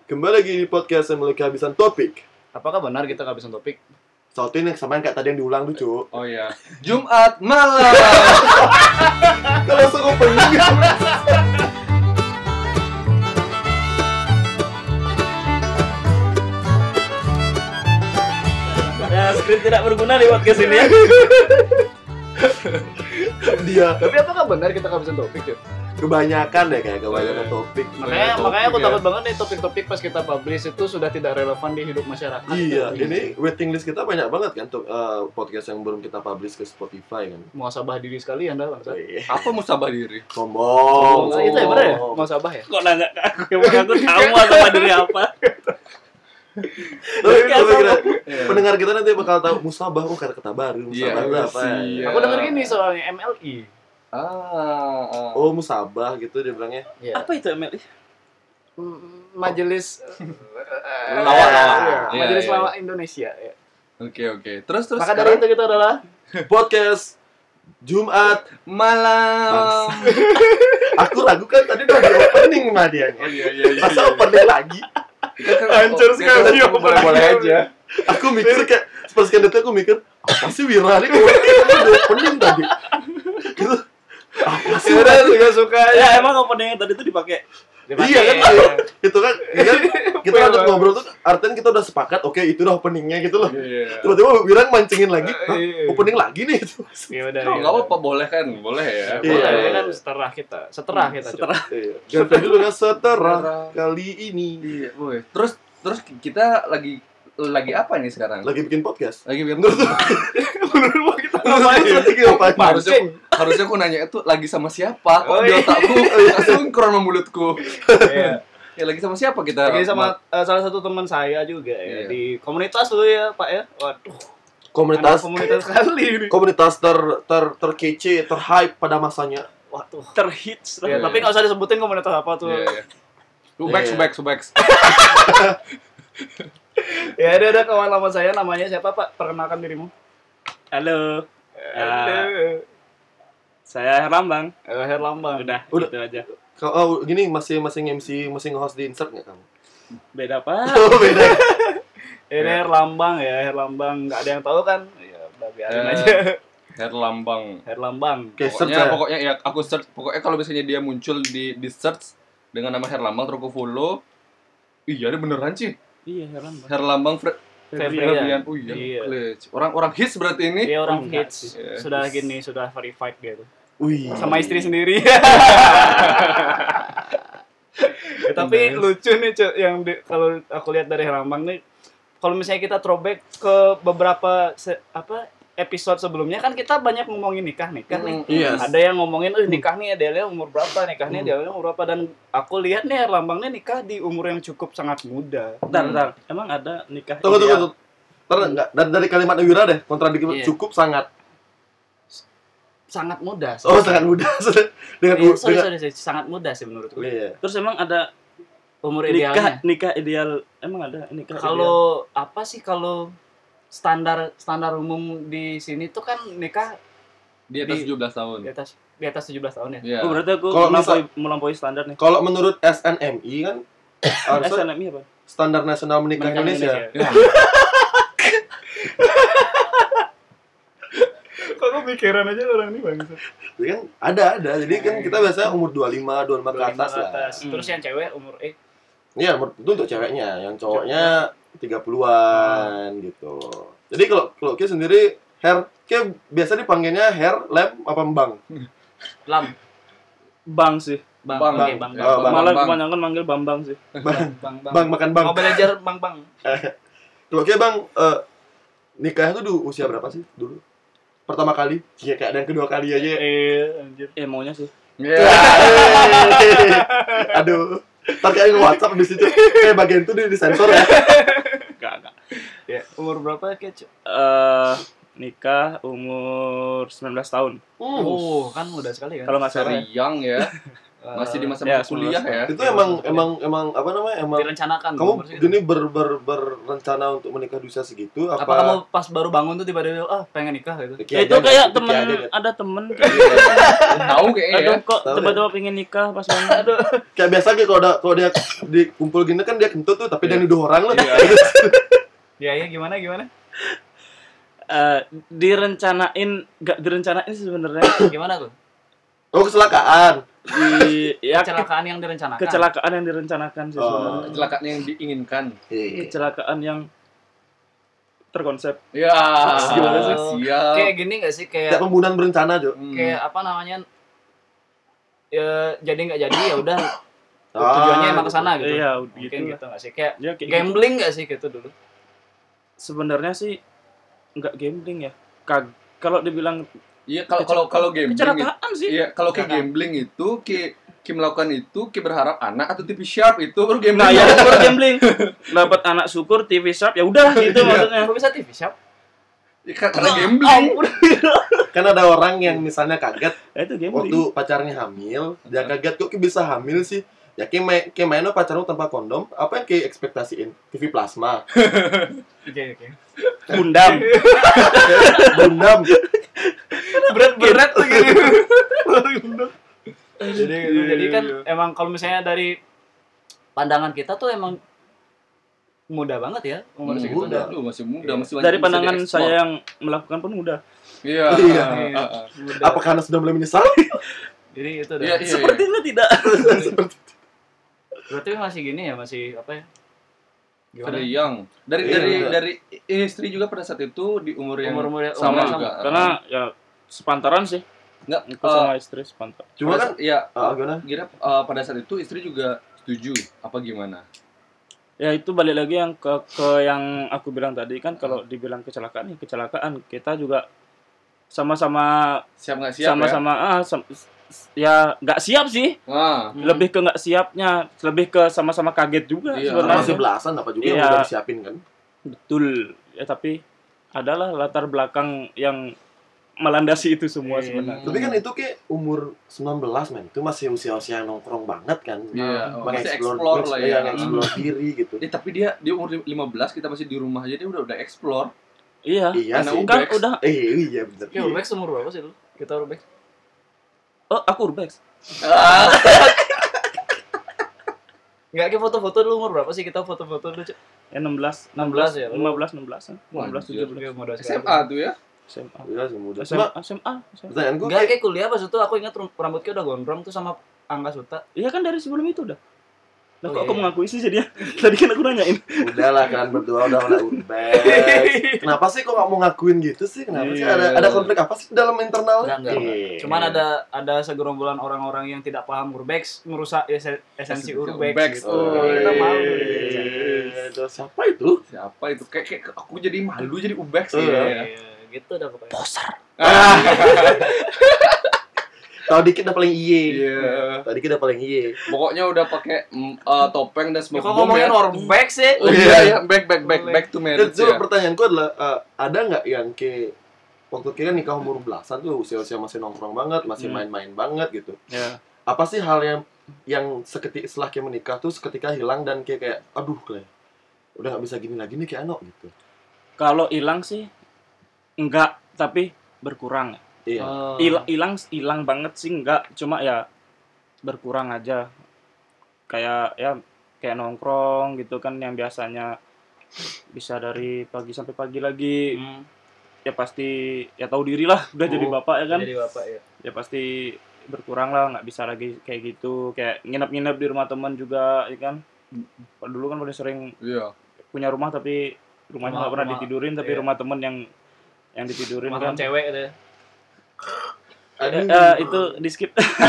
Kembali lagi di podcast yang mulai kehabisan topik. Apakah benar kita kehabisan topik? Satu ini sama yang kayak tadi yang diulang tuh, Cuk. Oh iya. Jumat malam. Kalau langsung opening. Ya, skrip tidak berguna di podcast ini ya. Dia Tapi apakah benar kita kehabisan topik ya? kebanyakan deh kayak kebanyakan topik. Makanya aku ya. takut banget nih topik-topik pas kita publish itu sudah tidak relevan di hidup masyarakat. Iya, ini waiting list kita banyak banget kan untuk podcast yang belum kita publish ke Spotify kan. Muhasabah diri sekali Anda, Bang. Apa musabah diri? Sombong. Oh, itu ya benar ya? Muhasabah ya? Kok nanya ke aku? Aku tahu sama diri apa. Tapi kira-kira Iya. pendengar kita nanti bakal tahu musabah, kata-kata baru. Iya, Musabah itu apa? iya. Aku denger gini soalnya MLI. Oh, musabah gitu dia bilangnya. Ya. Apa itu MLI? Majelis Lawak. Iya, Iya, Majelis iya. Lawak Indonesia ya. Oke. Terus Maka sekarang dari itu kita adalah Podcast Jumat. malam. Aku ragu kan tadi udah di opening mah dia. Oh iya. Masa opening lagi? Hancur sekali Boleh aja. Aku mikir kayak pas sekian detik aku mikir apa sih Wira nih udah opening tadi gitu apa sih Udah juga suka Ya emang openingnya tadi tuh dipakai. iya kan itu kan kita lanjut ngobrol tuh artinya kita udah sepakat oke itu udah openingnya gitu loh Iya. tiba-tiba Wira mancingin lagi "Hah, Iya. opening lagi nih itu Ya udah. Oh, enggak apa-apa, boleh kan? Boleh ya. Iya. Boleh, ini kan setelah kita. Setelah kita. Setelah. ganti dulu kan setelah kali ini Iya, boy. Terus kita lagi apa nih sekarang? lagi bikin podcast Lagi bikin Menurut kita lagi ngapain harusnya aku nanya itu lagi sama siapa? Kok Oh, di iya. otakku langsung keluar mulutku. Iya. Ya lagi sama siapa kita? Lagi sama salah satu teman saya juga ya Iya. di komunitas dulu ya, Pak ya. Waduh. komunitas Komunitas sekali ini. komunitas terkece terhype pada masanya Waduh. Terhits. Ya, tapi nggak usah disebutin komunitas apa tuh. Iya. Iya. Subeks. Ya, ada kawan lama saya namanya siapa, Pak? Perkenalkan dirimu. Halo. Halo. Saya Herlambang. Herlambang. Udah, Udah. gitu aja. Kalau gini masih MC masih nge-host di insert nggak kamu? Beda apa? Oh beda. Ini Herlambang ya, Herlambang. Nggak ada yang tahu kan? Ya, udah biarin Eh. aja. Herlambang. Herlambang. Oke, search ya. Pokoknya ya aku search. Pokoknya kalau misalnya dia muncul di search dengan nama Herlambang terus aku follow. Iya, dia beneran sih. Iya, Herlambang. Herlambang Febrian. Oh iya. Iya. Glitch. Orang hits berarti ini. Dia orang Enggak hits. sih. Sudah gini, sudah verified gitu. Wih. Sama istri sendiri. Ya, tapi Nice. lucu nih Cuk, yang kalau aku lihat dari Herlambang nih, kalau misalnya kita throwback ke beberapa episode sebelumnya kan kita banyak ngomongin nikah nih. Yes. Ada yang ngomongin nikah nih idealnya umur berapa, nikah nih idealnya umur berapa, dan aku lihat nih Herlambang nih nikah di umur yang cukup sangat muda. Bentar. Emang ada nikah Tunggu. ideal? Enggak dari kalimat Wira deh, kontradiksi Iya. cukup sangat. Sangat muda. Oh, sangat mudah. dengan Sorry, dengan sangat muda sih menurutku. Iya. Terus emang ada Umur idealnya. nikah ideal? Emang ada nikah ideal? Kalau apa sih kalau standar umum di sini tuh kan nikah Di atas 17 tahun. di atas 17 tahun ya. Iya. Oh, berarti aku Kalau melampaui standar nih. Kalau menurut SNMI kan harusnya SNMI apa? standar nasional menikah Menikah Indonesia. Ya. Kok kepikiran aja orang ini bangsa. Jadi kan ada. Jadi kan kita biasanya umur 25 ke atas lah. Terus yang cewek umur Iya, itu untuk ceweknya, yang cowoknya 30-an gitu. Jadi kalau Ki sendiri Ki biasa dipanggilnya Her, Lem, apa Mbang? Lam. Bang sih. Bang. Bang. Oke, Bang. Oh, Bang. Malah kebanyakan manggil Bambang sih. Bang makan Bang. Mau belajar Bang. Kalau Ki Bang nikah itu usia berapa sih dulu? Pertama kali? Iya, kayak ada yang kedua kali aja. Anjir. Maunya sih. Iya. Aduh. Ntar kayak nge-WhatsApp di situ. Bagian itu disensor ya. Enggak. Ya, umur berapa Kec? Nikah umur 19 tahun. Oh, kan muda sekali kan. Kalau nggak salah. Very young ya. Masih di masa Ya, kuliah ya. Itu emang apa namanya? Emang direncanakan. kamu Umur segitu. gini berencana untuk menikah di usia segitu apa apa? kamu pas baru bangun tuh tiba-tiba pengen nikah gitu? Kayak Itu aja, kayak gitu, temen, kayak aja, gitu. ada temen Tahu kayaknya ya. aduh kok Tahu tiba-tiba pengen nikah pas banget. Aduh. Kayak biasa gitu kalau dia dikumpul gini kan dia kentut tuh tapi dia nuduh orang lah. Iya gimana? Direncanain nggak direncanain sih sebenarnya Gimana tuh? Oh, kecelakaan. ya Kecelakaan yang direncanakan. kecelakaan yang direncanakan sih sebenarnya. Kecelakaan yang diinginkan. Iya. Kecelakaan yang terkonsep. Ya, Gimana sih? siap. Kayak gini nggak sih Kayak kayak pembunuhan berencana, Jo. kayak apa namanya? Ya jadi nggak jadi ya udah tujuannya emang ke sana gitu. Iya, Mungkin gitu. gitu nggak sih? Kayak Ya, kayak gitu. gambling nggak sih gitu dulu? Sebenarnya sih nggak gambling ya. Kalau dibilang Iya, kalau gambling itu, kecelakaan sih. iya, kalau kayak gambling itu Ki melakukan itu, Ki berharap anak atau TV Sharp itu baru gambling. Nah, ya itu baru gambling. Dapat anak syukur TV Sharp ya udah gitu maksudnya. Kok bisa TV Shop? Ya, karena gambling. Kan ada orang yang misalnya kaget Ya, itu gambling. waktu pacarnya hamil, dia kaget kok bisa hamil sih. Ya kayak main pacaran tanpa kondom, apa yang kayak ekspektasiin? TV plasma, Oke. Gundam. Gundam. Berat tuh gitu. jadi kan emang kalau misalnya dari pandangan kita tuh emang muda banget ya umur segitu muda. udah. Lu masih muda, masih Dari bisa pandangan diekspor. saya yang melakukan pun mudah. Iya. Iya. Muda. Apa karena sudah mulai menyesal? Jadi itu udah. Iya. Sepertinya tidak. Berarti masih gini ya, masih apa ya? Gimana? Very young. Dari Iya. dari istri juga pada saat itu di umur yang Umur sama sama. juga. Karena ya sepantaran sih. Enggak, Aku sama istri sepantar. Cuma kan ya gimana? kira pada saat itu istri juga setuju apa gimana? Ya itu balik lagi yang ke yang aku bilang tadi kan kalau dibilang kecelakaan ya kecelakaan. Kita juga sama-sama Siap nggak siap sama-sama ya nggak siap sih. ya? Wah. Lebih ke nggak siapnya, lebih ke sama-sama kaget juga Iya. Karena sebenarnya. masih belasan apa juga yang Iya. udah disiapin kan? Betul. Ya tapi adalah latar belakang yang melandasi itu semua sebenarnya. Tapi kan itu kayak umur 19 men, itu masih usia-usia yang nongkrong banget kan. Iya, masih Mengeksplor- explore lah ya. mengeksplor diri gitu. Tapi dia umur 15 kita masih di rumah aja dia udah explore. Iya. Iya Karena sih. Urbex. Kan udah Iya bener. Ya Urbex umur berapa sih lu? Kita Urbex. aku Urbex. Enggak, kayak foto-foto dulu umur berapa sih kita foto-foto dulu, Cuk? Ya 16 ya, 15 Wah, 16 anjir. 17 Oke, muda sekali. SMA tuh ya. SMA. Iya sih muda. Cuma SMA. pertanyaanku Enggak, kayak kayak kuliah pas itu aku ingat rambutnya udah gondrong tuh sama Angga Suta. Iya kan dari sebelum itu udah. Lah Oh, kok iya. aku mengakui sih jadinya? Tadi kan aku nanyain. udahlah kalian berdua udah Urbex. Kenapa sih kok nggak mau ngakuin gitu sih? Kenapa sih? Iya. Ada konflik apa sih dalam internalnya? Enggak. Iya. Cuman ada segerombolan orang-orang yang tidak paham Urbex merusak esensi Urbex Urbex. gitu. Oh, Kita malu. Itu siapa itu? Siapa itu? Kayak aku jadi malu jadi Ubex Iya. ya. Iya, gitu dah pokoknya. Ah. Tahu dikit udah paling iye. Iya. Tahu dikit udah paling iye. Pokoknya udah pakai topeng dan Ya, smoke kok bomb ngomongin ya. Urbex sih? Oh, iya ya, back to marriage Jadi ya. pertanyaanku adalah ada nggak yang kayak waktu kita nikah umur belasan tuh usia-usia masih nongkrong banget, masih main-main banget gitu. Ya. Apa sih hal yang seketika setelah kayak menikah tuh seketika hilang dan kayak aduh kayak udah nggak bisa gini lagi nih kayak ano gitu. Kalau hilang sih enggak, tapi berkurang. Iya. Oh. Hilang banget sih enggak, cuma ya berkurang aja. Kayak nongkrong gitu kan yang biasanya bisa dari pagi sampai pagi lagi. Ya pasti ya tahu diri lah, udah jadi bapak ya kan. Jadi bapak ya. Ya pasti berkurang lah, nggak bisa lagi kayak gitu. Kayak nginep-nginep di rumah teman juga ya kan. Dulu kan udah sering Iya. punya rumah tapi rumahnya nggak pernah Rumah- ditidurin, tapi iya. rumah temen yang ditidurin Rumah kan. cewek gitu ya. Itu di skip.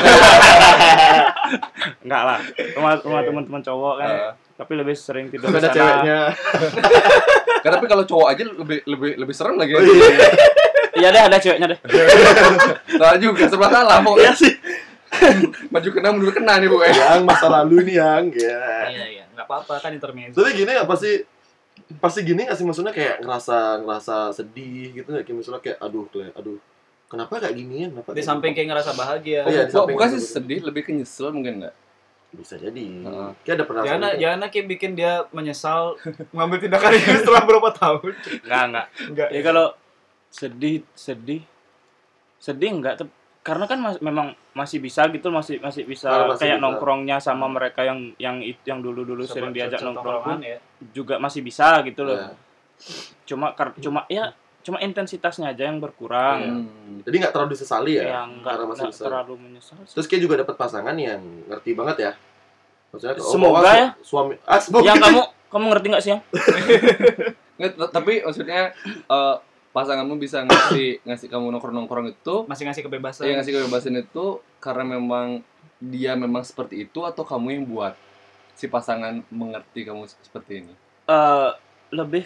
Enggak lah. Rumah teman-teman cowok kan. Tapi lebih sering tidur di Ada sana. ceweknya. Karena tapi kalau cowok aja lebih serem lagi. Oh, iya. Iya deh, ada ceweknya deh. Salah juga, serba salah Iya pokoknya. sih. Maju kena mundur kena nih pokoknya. Yang masa lalu nih yang ya. Iya, enggak apa-apa kan intermezzo. Tapi gini apa sih? Pasti gini nggak sih maksudnya kayak ngerasa sedih gitu nggak? Kayak misalnya kayak aduh kenapa kayak gini ya? Kenapa Di samping kayak ngerasa bahagia. Iya, di samping Bukan sih itu. sedih, lebih ke nyesel mungkin nggak? Bisa jadi. Heeh. Kayak ada perasaan. Jangan kayak bikin dia menyesal mengambil tindakan ini setelah berapa tahun. Enggak. Enggak. Ya kalau sedih enggak karena kan memang masih bisa gitu, masih bisa Masih kayak bisa. nongkrongnya sama mereka yang dulu-dulu sering diajak nongkrong pun ya. juga masih bisa gitu loh. Ya. Cuma intensitasnya aja yang berkurang. Jadi nggak terlalu disesali ya? Yang Karena masih enggak bisa. terlalu menyesal. Terus kayak juga dapat pasangan yang ngerti banget ya. Maksudnya Semoga bahwa ya. Suami semoga. Yang kamu ngerti nggak sih, Yang? Nggak, tapi maksudnya pasanganmu bisa ngasih kamu nongkrong itu, Masih ngasih kebebasan. yang ngasih kebebasan itu karena memang dia memang seperti itu atau kamu yang buat si pasangan mengerti kamu seperti ini? Lebih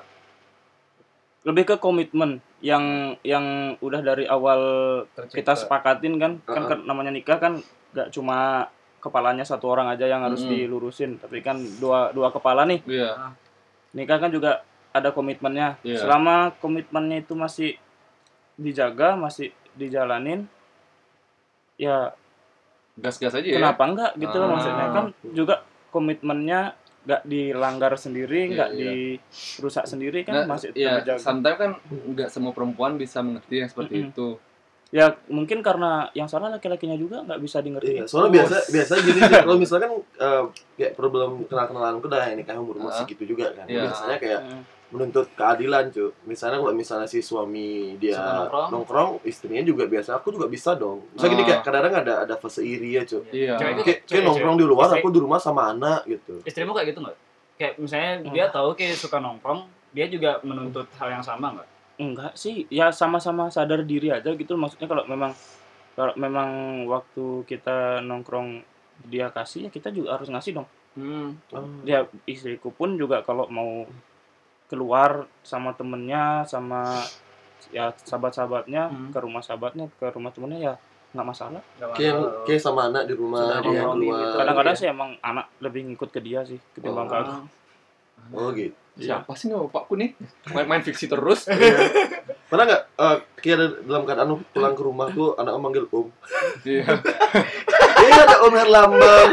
ke komitmen yang udah dari awal kita sepakatin kan namanya nikah kan gak cuma kepalanya satu orang aja yang harus dilurusin, tapi kan dua kepala nih. Iya. Nikah kan juga ada komitmennya. Iya. Selama komitmennya itu masih dijaga, masih dijalanin, ya Gas-gas aja ya. kenapa enggak gitu loh, Ah. maksudnya kan juga komitmennya nggak dilanggar sendiri, Iya, nggak iya. dirusak sendiri kan, masih ya, terjaga. sometimes kan nggak semua perempuan bisa mengerti yang seperti itu. Ya mungkin karena yang salah laki-lakinya juga nggak bisa di Iya, soalnya biasa gini sih, kalau misalkan kayak problem kenal-kenalanku dah ini kan umur segitu juga kan. Iya. Biasanya kayak menuntut keadilan, cuy. Misalnya kalau misalnya si suami dia Suka nongkrong, istrinya juga biasa, aku juga bisa dong. Misalnya gini kayak kadang-kadang ada fase iri ya, cuy. Iya. Cewek itu- Kayak nongkrong di luar, Istri- aku di rumah sama anak gitu. Istrimu kayak gitu nggak? Kayak misalnya dia tahu kayak suka nongkrong, dia juga menuntut hal yang sama nggak? Enggak sih, ya sama-sama sadar diri aja gitu. Maksudnya kalau memang waktu kita nongkrong dia kasih, ya kita juga harus ngasih dong. Ya istriku pun juga kalau mau keluar sama temennya, sama ya sahabat-sahabatnya, ke rumah sahabatnya, ke rumah temennya, ya nggak masalah. Kayak sama anak di rumah, Sudah dia nongkrong keluar. gitu. Kadang-kadang sih emang anak lebih ngikut ke dia sih ketimbang ke aku. Oh gitu. Siapa sih nih bapakku nih? Main fiksi terus. Pernah nggak kayak dalam keadaan pulang ke rumah tuh anak manggil Om. Iya. Iya ada Om Herlambang.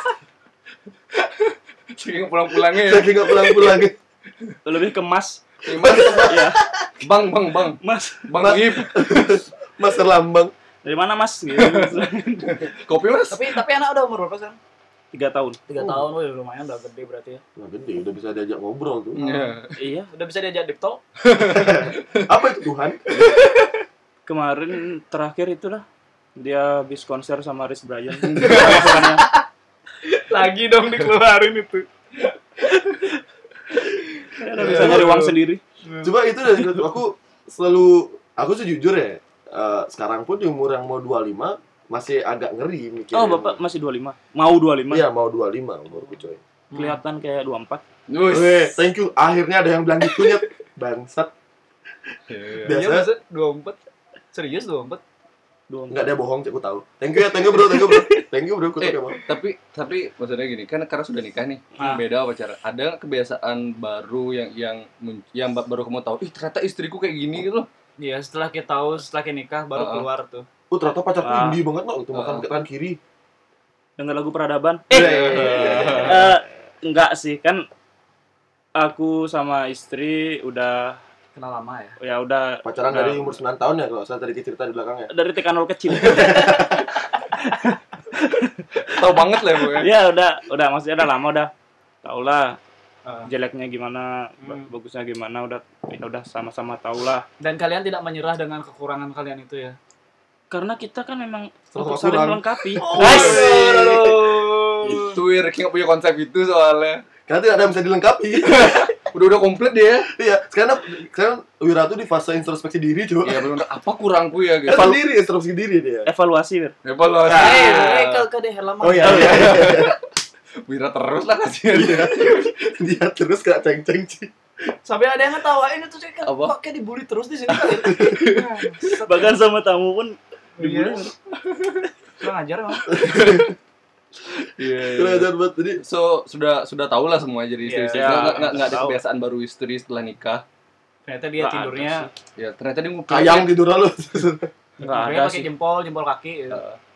Saking pulang-pulangnya ya. Saking nggak pulang-pulang. Lebih ke Mas. Mas, Ya, Bang. Mas. Bang Ip. Mas Herlambang. Dari mana Mas? Gitu. Kopi Mas. Tapi anak udah umur berapa sekarang? 3 tahun. 3 tahun, wih lumayan udah gede berarti ya. Nah gede, udah bisa diajak ngobrol tuh. Iya. Iya, Udah bisa diajak deep talk. Apa itu Tuhan? kemarin terakhir itulah dia habis konser sama Chris Brian. Lagi dong dikeluarin itu. Udah bisa nyari uang sendiri. Coba itu dari aku sejujur ya. Sekarang pun di umur yang mau 25 masih agak ngeri mikirnya. Oh, Bapak masih 25. Mau 25. Iya, mau 25 umurku coy. Kelihatan kayak 24. Weh, thank you. Akhirnya ada yang bilang gitunya. Bangsat. Iya Biasa maksud 24. Serius 24? 24. enggak, dia bohong, aku tahu. Thank you bro. Thank you bro, aku tahu emang. Tapi maksudnya gini, kan karena sudah nikah nih, beda pacaran. Ada nggak kebiasaan baru yang baru kamu tahu? Ih, ternyata istriku kayak gini gitu loh. Iya, setelah kita nikah baru keluar tuh. Oh, ternyata pacarku indie banget loh, itu makan ke kanan kiri. Dengar lagu peradaban. Iya. Enggak sih, kan aku sama istri udah Kenal lama ya? ya udah Pacaran dari umur 9 tahun ya kalau saya tadi cerita di belakangnya. dari TK 0 kecil. Tahu banget lah pokoknya. Ya udah maksudnya udah lama udah tau lah jeleknya gimana, bagusnya gimana, udah sama-sama tau lah. Dan kalian tidak menyerah dengan kekurangan kalian itu ya? Karena kita kan memang Sama-sama untuk saling kurang. melengkapi. Itu Ricky nggak punya konsep itu soalnya. Karena tidak ada yang bisa dilengkapi. Udah komplit dia. Iya, sekarang Wira tuh di fase introspeksi diri, coba. Iya benar. Apa kurangku ya gitu. Kan sendiri introspeksi diri dia. Evaluasi, Wir. Evaluasi. Ke deh lama. Oh iya. Wira terus lah kasihan dia. Dia terus kena ceng-ceng sih. Sampai ada yang ngetawain itu sih, Apa? kok kayak dibully terus di sini kali. Bahkan sama tamu pun Iya. Kurang ajar emang. Iya. Kurang ajar banget. Jadi Sudah tahu lah semua jadi istri. Iya. Nggak ada Tahu. kebiasaan baru istri setelah nikah. Ternyata dia Nggak ada tidurnya Ya ternyata dia ngumpul. kayang tidur lu. Enggak Makanya ada pakai sih. jempol kaki. Gitu.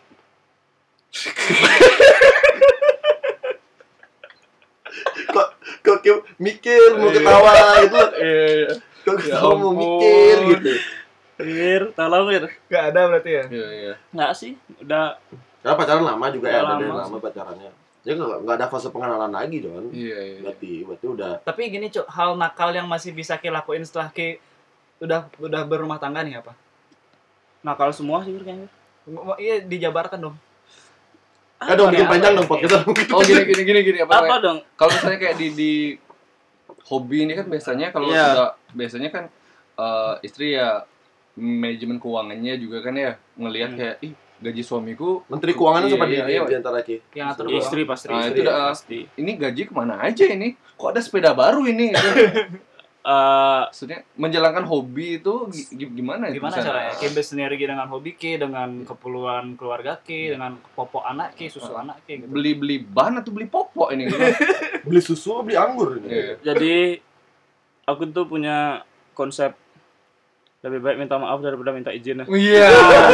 Kok kayak mikir mau ketawa gitu. Iya. Kok Ya ketawa mau ampun. mikir gitu. Wir, tolong Wir. Gak ada berarti ya? Iya. Enggak sih, udah Karena pacaran lama juga ya, Udah ada yang lama lama pacarannya. Jadi nggak ada fase pengenalan lagi, Don. Iya. Berarti udah. Tapi gini Cuk, hal nakal yang masih bisa Ki lakuin setelah Ki udah berumah tangga nih apa? nakal semua sih Wir, kayaknya. Iya dijabarkan dong. Dong, bikin ya, panjang apa dong podcast. Oh gini apa? Apa dong? Kalau misalnya kayak di hobi ini kan biasanya kalau Iya. sudah biasanya kan istri ya manajemen keuangannya juga kan ya ngelihat kayak ih gaji suamiku Menteri Keuangan iya, siapa iya. di antara Ki? Yang atur Istri pasti. Nah, Istri itu udah pasti. ini gaji kemana aja ini? Kok ada sepeda baru ini? Maksudnya menjalankan hobi itu gimana? itu Gimana bisa? caranya? Ki bersinergi dengan hobi Ki, dengan keperluan keluarga Ki, dengan popok anak Ki, susu anak Ki gitu. Beli ban atau beli popok ini? Gitu. Beli susu, beli anggur ini. Iya. Jadi aku tuh punya konsep lebih baik minta maaf daripada minta izin. Iya.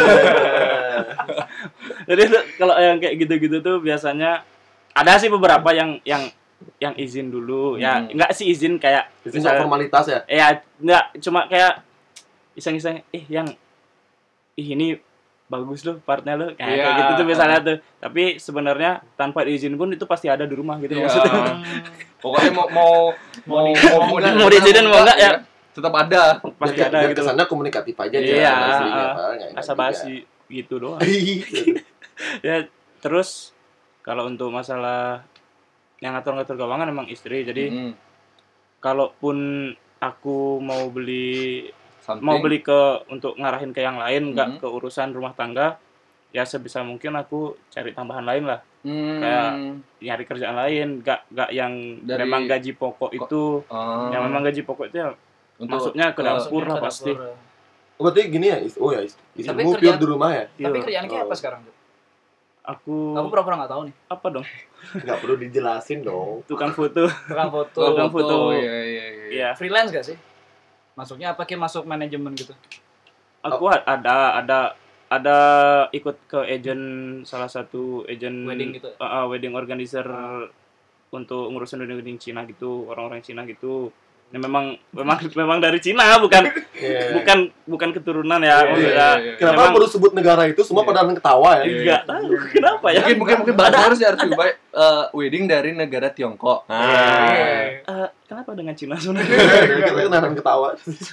Jadi tuh, kalau yang kayak gitu-gitu tuh biasanya ada sih beberapa yang izin dulu. Ya, enggak sih izin kayak Itu nggak formalitas ya? ya enggak cuma kayak iseng-iseng yang ini bagus loh partnya lo kayak Iya. gitu tuh misalnya tuh. Tapi sebenarnya tanpa izin pun itu pasti ada di rumah gitu Iya. maksudnya. Pokoknya mau Mau diizinin mau enggak ya tetap ada. pasti Biar ada gitu. kesannya komunikatif aja Iya, sama istrinya, padahal nggak enak Asa juga. basi gitu doang. Gitu. Ya terus kalau untuk masalah yang ngatur-ngatur keuangan emang istri. Jadi Mm-mm. kalaupun aku mau beli Something. untuk ngarahin ke yang lain nggak ke urusan rumah tangga, ya sebisa mungkin aku cari tambahan lain lah, kayak nyari kerjaan lain, nggak yang Dari- memang gaji pokok itu, yang memang gaji pokok itu ya untuk masuknya ke dapur Maksudnya lah ke pasti. dapur. Oh, berarti gini ya, istrimu kerjaan- pure di rumah ya? Tapi Iya. kerjaan Ki apa sekarang? Cuk? Aku Aku pura-pura nggak tahu nih. apa dong? Nggak perlu dijelasin dong. Tukang foto. Tukang foto. Tukang foto. Iya. Ya, Freelance gak sih? Masuknya apa Ki masuk manajemen gitu? aku ada ikut ke salah satu agent Wedding gitu. wedding organizer untuk ngurusin wedding Cina gitu, orang-orang Cina gitu. Ya, memang dari Cina, bukan bukan keturunan ya. Iya, maksudnya. iya. Kenapa Memang baru sebut negara itu semua Iya. pada ketawa ya? enggak tahu kenapa ya. Mungkin bahasa harus baik wedding dari negara Tiongkok. Iya. Kenapa dengan Cina sebenarnya? Kita kenalan ketawa.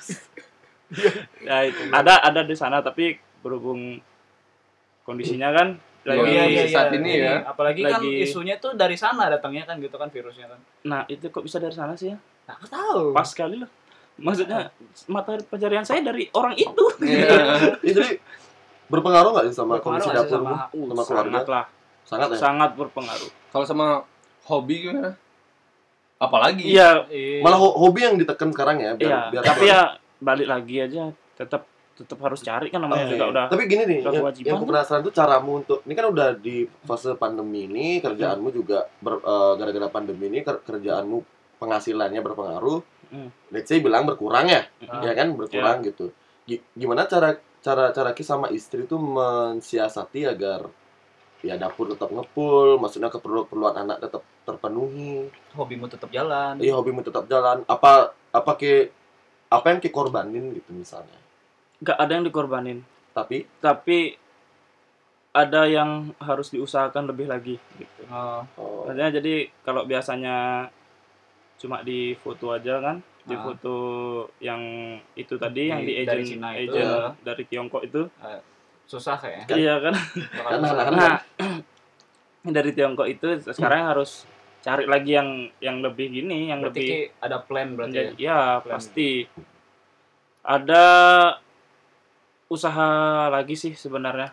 Ya, ada di sana tapi berhubung kondisinya kan lagi Saat ini ya. Apalagi kan Lagi- isunya tuh dari sana datangnya kan gitu kan virusnya kan. Nah, itu kok bisa dari sana sih ya? Nah, aku tahu. Pas sekali loh. Maksudnya mata pencarian saya dari orang itu. Iya. Ya, jadi berpengaruh nggak sih sama Berpengaruh kondisi nggak sih dapur sama- sama keluarga? Sangat lah, Sangat ya. sangat berpengaruh. Kalau sama hobi gimana? Apalagi? Iya, Malah hobi yang ditekan sekarang ya, iya. biar Tapi ya balik lagi aja, tetap harus cari kan namanya Oh, juga iya. udah. Tapi gini nih, udah yang kewajiban. aku penasaran tuh caramu untuk ini kan udah di fase pandemi ini, kerjaanmu juga gara-gara pandemi ini kerjaanmu penghasilannya berpengaruh. Let's say bilang berkurang ya, ya kan berkurang gitu. Gimana cara Ki sama istri tuh mensiasati agar ya dapur tetap ngepul, maksudnya keperluan anak tetap terpenuhi, Hobimu tetap jalan. iya hobimu tetap jalan. Apa yang Ki korbanin gitu misalnya. Nggak ada yang dikorbanin, Tapi tapi ada yang harus diusahakan lebih lagi gitu. oh, Maksudnya jadi kalau biasanya cuma di foto aja kan, di foto yang itu tadi yang di Dari agent Cina itu, agent ya. dari Tiongkok itu. Susah kayaknya. Iya kan? kan anak-anak Nah, dari Tiongkok itu sekarang harus cari lagi yang lebih gini, yang Berarti lebih Ki ada plan berarti ya. menjadi, ya Plan. pasti ada usaha lagi sih sebenarnya.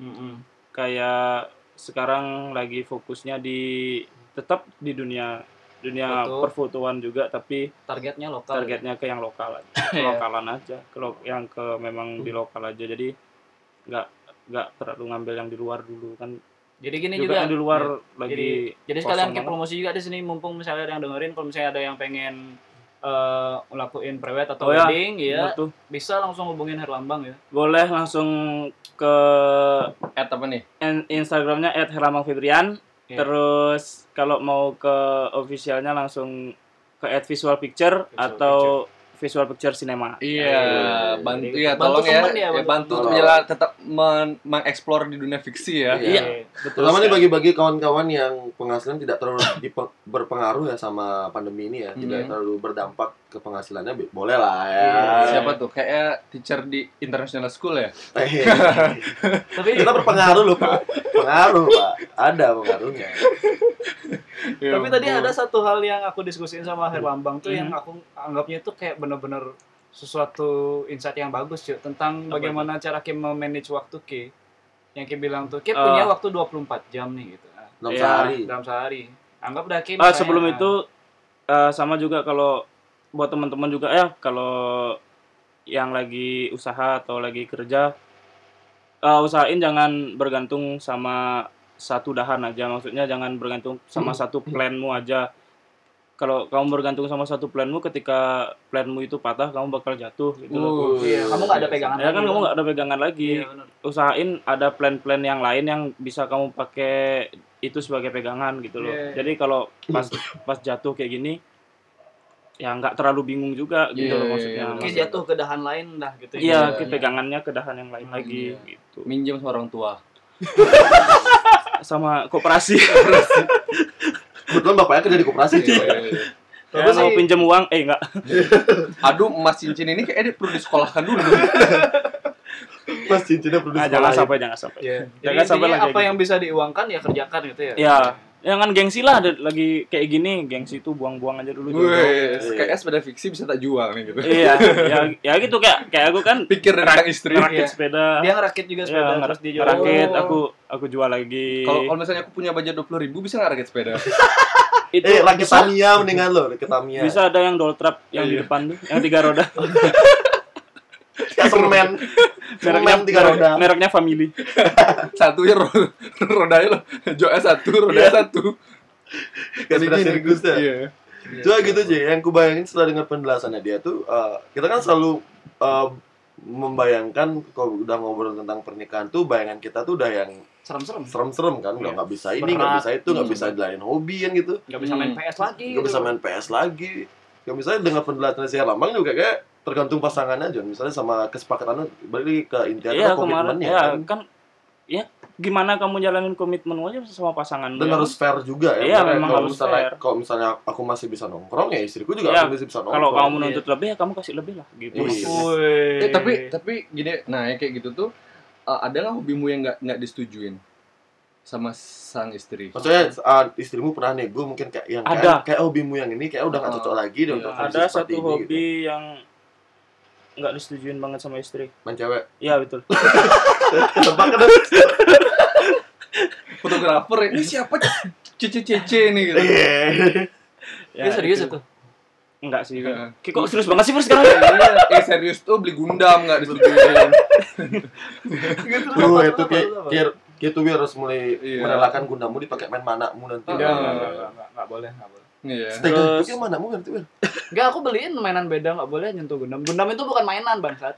Kayak sekarang lagi fokusnya tetap di dunia Foto. perfotoan juga, tapi Targetnya lokal. targetnya ke yang lokal aja, ke Iya. lokalan aja, yang ke memang di lokal aja. Jadi nggak terlalu ngambil yang di luar dulu kan. Jadi gini Juga juga. yang di luar Iya. lagi Jadi sekalian kosong kayak banget. promosi juga di sini mumpung misalnya ada yang dengerin, kalau misalnya ada yang pengen ngelakuin prewed atau Oh ya, wedding ya, tuh. bisa langsung hubungin Herlambang ya. Boleh langsung ke Apa nih? Instagramnya @herlambangfebrian. Iya. Terus kalau mau ke officialnya langsung ke @visualpicture atau Visual Picture Cinema. Iya, bantu ya, Bantu tolong ya, temen ya, bantu tolong. tetap mengeksplor di dunia fiksi ya. Iya. Betul. Terutama nih bagi-bagi kawan-kawan yang penghasilan tidak terlalu berpengaruh ya sama pandemi ini ya, tidak terlalu berdampak ke penghasilannya, boleh lah ya. Siapa tuh? Kayak teacher di international school ya? Tapi Kita berpengaruh loh Pak, pengaruh Pak, ada pengaruhnya. Tapi tadi ada satu hal yang aku diskusiin sama Herlambang tuh yang aku anggapnya tuh kayak bener-bener sesuatu insight yang bagus cuy, tentang bagaimana cara Kim memanage waktu Ki. Yang Kim bilang tuh Kim punya waktu 24 jam nih gitu. Dalam sehari. Anggap dah Kim sebelum itu sama juga kalau buat teman-teman juga ya, kalau yang lagi usaha atau lagi kerja, usahain jangan bergantung sama satu dahan aja, maksudnya jangan bergantung sama satu planmu aja. Kalau kamu bergantung sama satu planmu, ketika planmu itu patah, kamu bakal jatuh gitu loh. Iya, kamu nggak ada pegangan Ya kan, kamu nggak ada pegangan lagi. Iya, bener. Usahain ada plan-plan yang lain yang bisa kamu pakai itu sebagai pegangan gitu loh. Iya. Jadi kalau pas jatuh kayak gini, ya nggak terlalu bingung juga gitu loh maksudnya. Kayak jatuh ke dahan lain dah gitu. Iya, pegangannya ke dahan yang lain lagi gitu. Minjem sama orang tua. Sama koperasi. Kebetulan bapaknya kerja di koperasi. Ya, mau pinjam uang, enggak. Aduh, emas cincin ini kayaknya perlu disekolahkan dulu. Mas cincinnya perlu Jangan sampai. Iya. Jangan sampai Jadi lah kayak apa gitu. yang bisa diuangkan ya kerjakan gitu ya. Ya, jangan gengsi lah, lagi kayak gini, gengsi itu buang-buang aja dulu. Wih, kayaknya sepeda fiksi bisa tak jual nih gitu. Iya, ya gitu kayak aku kan Pikir tentang istri. ngerakit Iya. sepeda. Dia ngerakit juga sepeda Ya, terus dijual. ngerakit, aku jual lagi. Kalau misalnya aku punya budget 20.000 bisa nggak rakit sepeda? itu lagi bisa, Tamiya mendingan lo, ke Tamiya. bisa ada yang doll trap yang di depan tuh, yang 3 roda. Semen. Mereknya Semen 3 roda. Mereknya Family. Satu ya rodanya lo, joknya satu, rodanya satu. Kayak sepeda sirkus ya. Iya. Cuma gitu aja, yang kubayangin setelah dengar penjelasannya dia tuh, kita kan selalu membayangkan kalau udah ngobrol tentang pernikahan tuh, bayangan kita tuh udah yang serem-serem kan, udah nggak bisa ini, nggak bisa itu, nggak bisa jalanin hobi kan gitu, Nggak bisa main PS lagi. nggak bisa main PS lagi, nggak bisa dengar penjelasan si Herlambang juga kayak tergantung pasangannya aja, misalnya sama kesepakatannya, balik ke intinya Iya, kemarin komitmennya ya kan, kan ya gimana kamu jalanin komitmenmu aja sama pasangan dan harus fair juga ya. Iya, Karena memang kalau harus misalnya, fair. Kalau misalnya aku masih bisa nongkrong ya istriku juga Iya, masih bisa nongkrong. kalau kamu menuntut lebih ya kamu kasih lebih lah gitu. Iya. Tapi gini, nah ya kayak gitu tuh, ada nggak hobimu yang nggak disetujuin sama sang istri? Maksudnya istrimu pernah nego mungkin kayak yang Ada. kayak hobimu yang ini kayak udah nggak cocok lagi Iya. untuk Ada kondisi satu seperti ini, hobi gitu. yang nggak disetujuin banget sama istri. Main cewek. Iya betul. Tempat kan Fotografer ini siapa? Cece nih gitu. Dia serius itu. Enggak sih. Heeh. Kok serius banget sih Bro sekarang? Serius tuh beli Gundam nggak disetujuin. itu kayak gitu biar harus mulai Iya. merelakan gundamu dipakai main manakmu nanti. Enggak boleh. Iya. Stega itu manamu kan tuh. Enggak, aku beliin mainan beda, enggak boleh nyentuh Gundam. Gundam itu bukan mainan, Bangsat.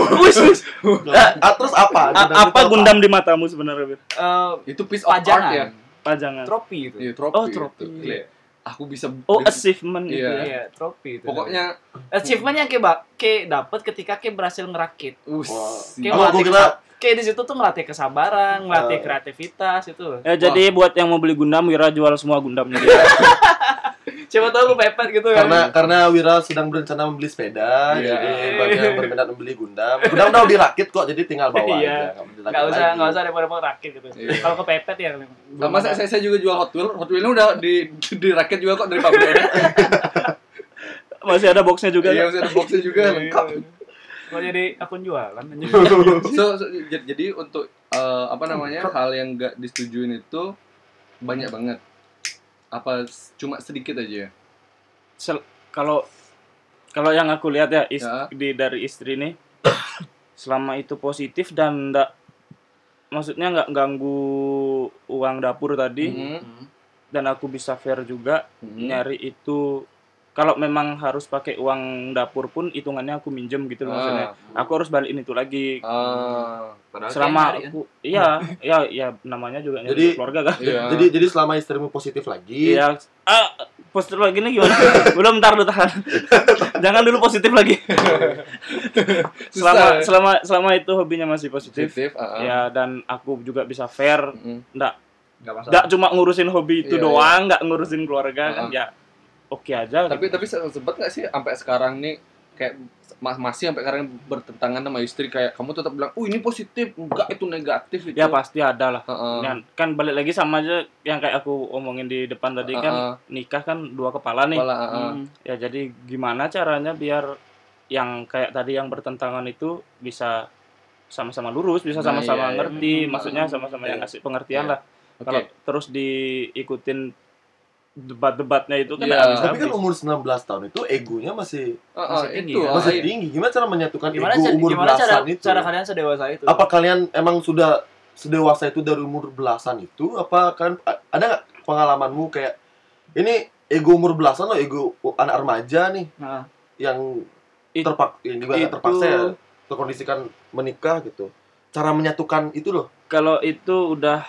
Terus apa? Apa Gundam di matamu sebenarnya, Bir? Itu piece of art Pajangan. ya. Pajangan. Trofi itu. Iya, trofi. Oh, trofi. Itu. Iya. Aku bisa Achievement gitu Iya. ya. Iya, trofi itu. Pokoknya achievement yang Ke dapat ketika Ke berhasil ngerakit. Kayak Aku kira Kayak di situ tuh ngelatih kesabaran, ngelatih kreativitas itu. Ya jadi buat yang mau beli Gundam, Wira jual semua Gundamnya dia. Coba tahu gue pepet gitu kan. karena Wira sedang berencana membeli sepeda, Iya. jadi bagi yang berminat membeli Gundam. Gundam udah dirakit kok, jadi tinggal bawa Iya. aja. Enggak usah repot-repot rakit gitu. Iya. Kalau kepepet ya. sama saya juga jual Hot Wheels. Hot Wheels-nya udah dirakit juga kok dari pabrik. Masih ada boxnya juga. Iya, kan? masih ada boxnya juga lengkap. Kalau jadi akun jualan aja. Jadi untuk hal yang nggak disetujuin itu banyak banget. Apa cuma sedikit aja ya? Kalau yang aku lihat ya, Ya. dari istri ini selama itu positif dan maksudnya nggak ganggu uang dapur tadi, dan aku bisa fair juga nyari itu kalau memang harus pakai uang dapur pun hitungannya aku minjem gitu loh maksudnya. Aku harus balikin itu lagi. Selama aku ya namanya juga jadi keluarga kan. Iya. Jadi selama istrimu positif lagi. Iya. Positif lagi nih gimana? Belum, ntar lu tahan. Jangan dulu positif lagi. selama itu hobinya masih positif. Ya dan aku juga bisa fair. Enggak cuma ngurusin hobi itu doang, enggak ngurusin keluarga kan ya. Oke aja. Tapi sempat nggak sih sampai sekarang nih kayak masih sampai sekarang bertentangan sama istri kayak kamu tetap bilang, ini positif, enggak itu negatif itu. Ya pasti ada lah. Kan balik lagi sama aja yang kayak aku omongin di depan tadi kan nikah kan dua kepala nih. Ya jadi gimana caranya biar yang kayak tadi yang bertentangan itu bisa sama-sama lurus, bisa sama-sama ngerti, maksudnya sama-sama yang ngasih pengertian lah. Kalau terus diikutin debat-debatnya itu kan tapi kan umur 19 tahun itu egonya masih tinggi. Gimana cara menyatukan umur belasan itu? Cara kalian sedewasa itu? Apa kalian emang sudah sedewasa itu dari umur belasan itu? Apa kan ada nggak pengalamanmu kayak ini ego umur belasan loh, ego anak remaja nih yang terpaksa ya terkondisikan menikah gitu. Cara menyatukan itu loh. Kalau itu udah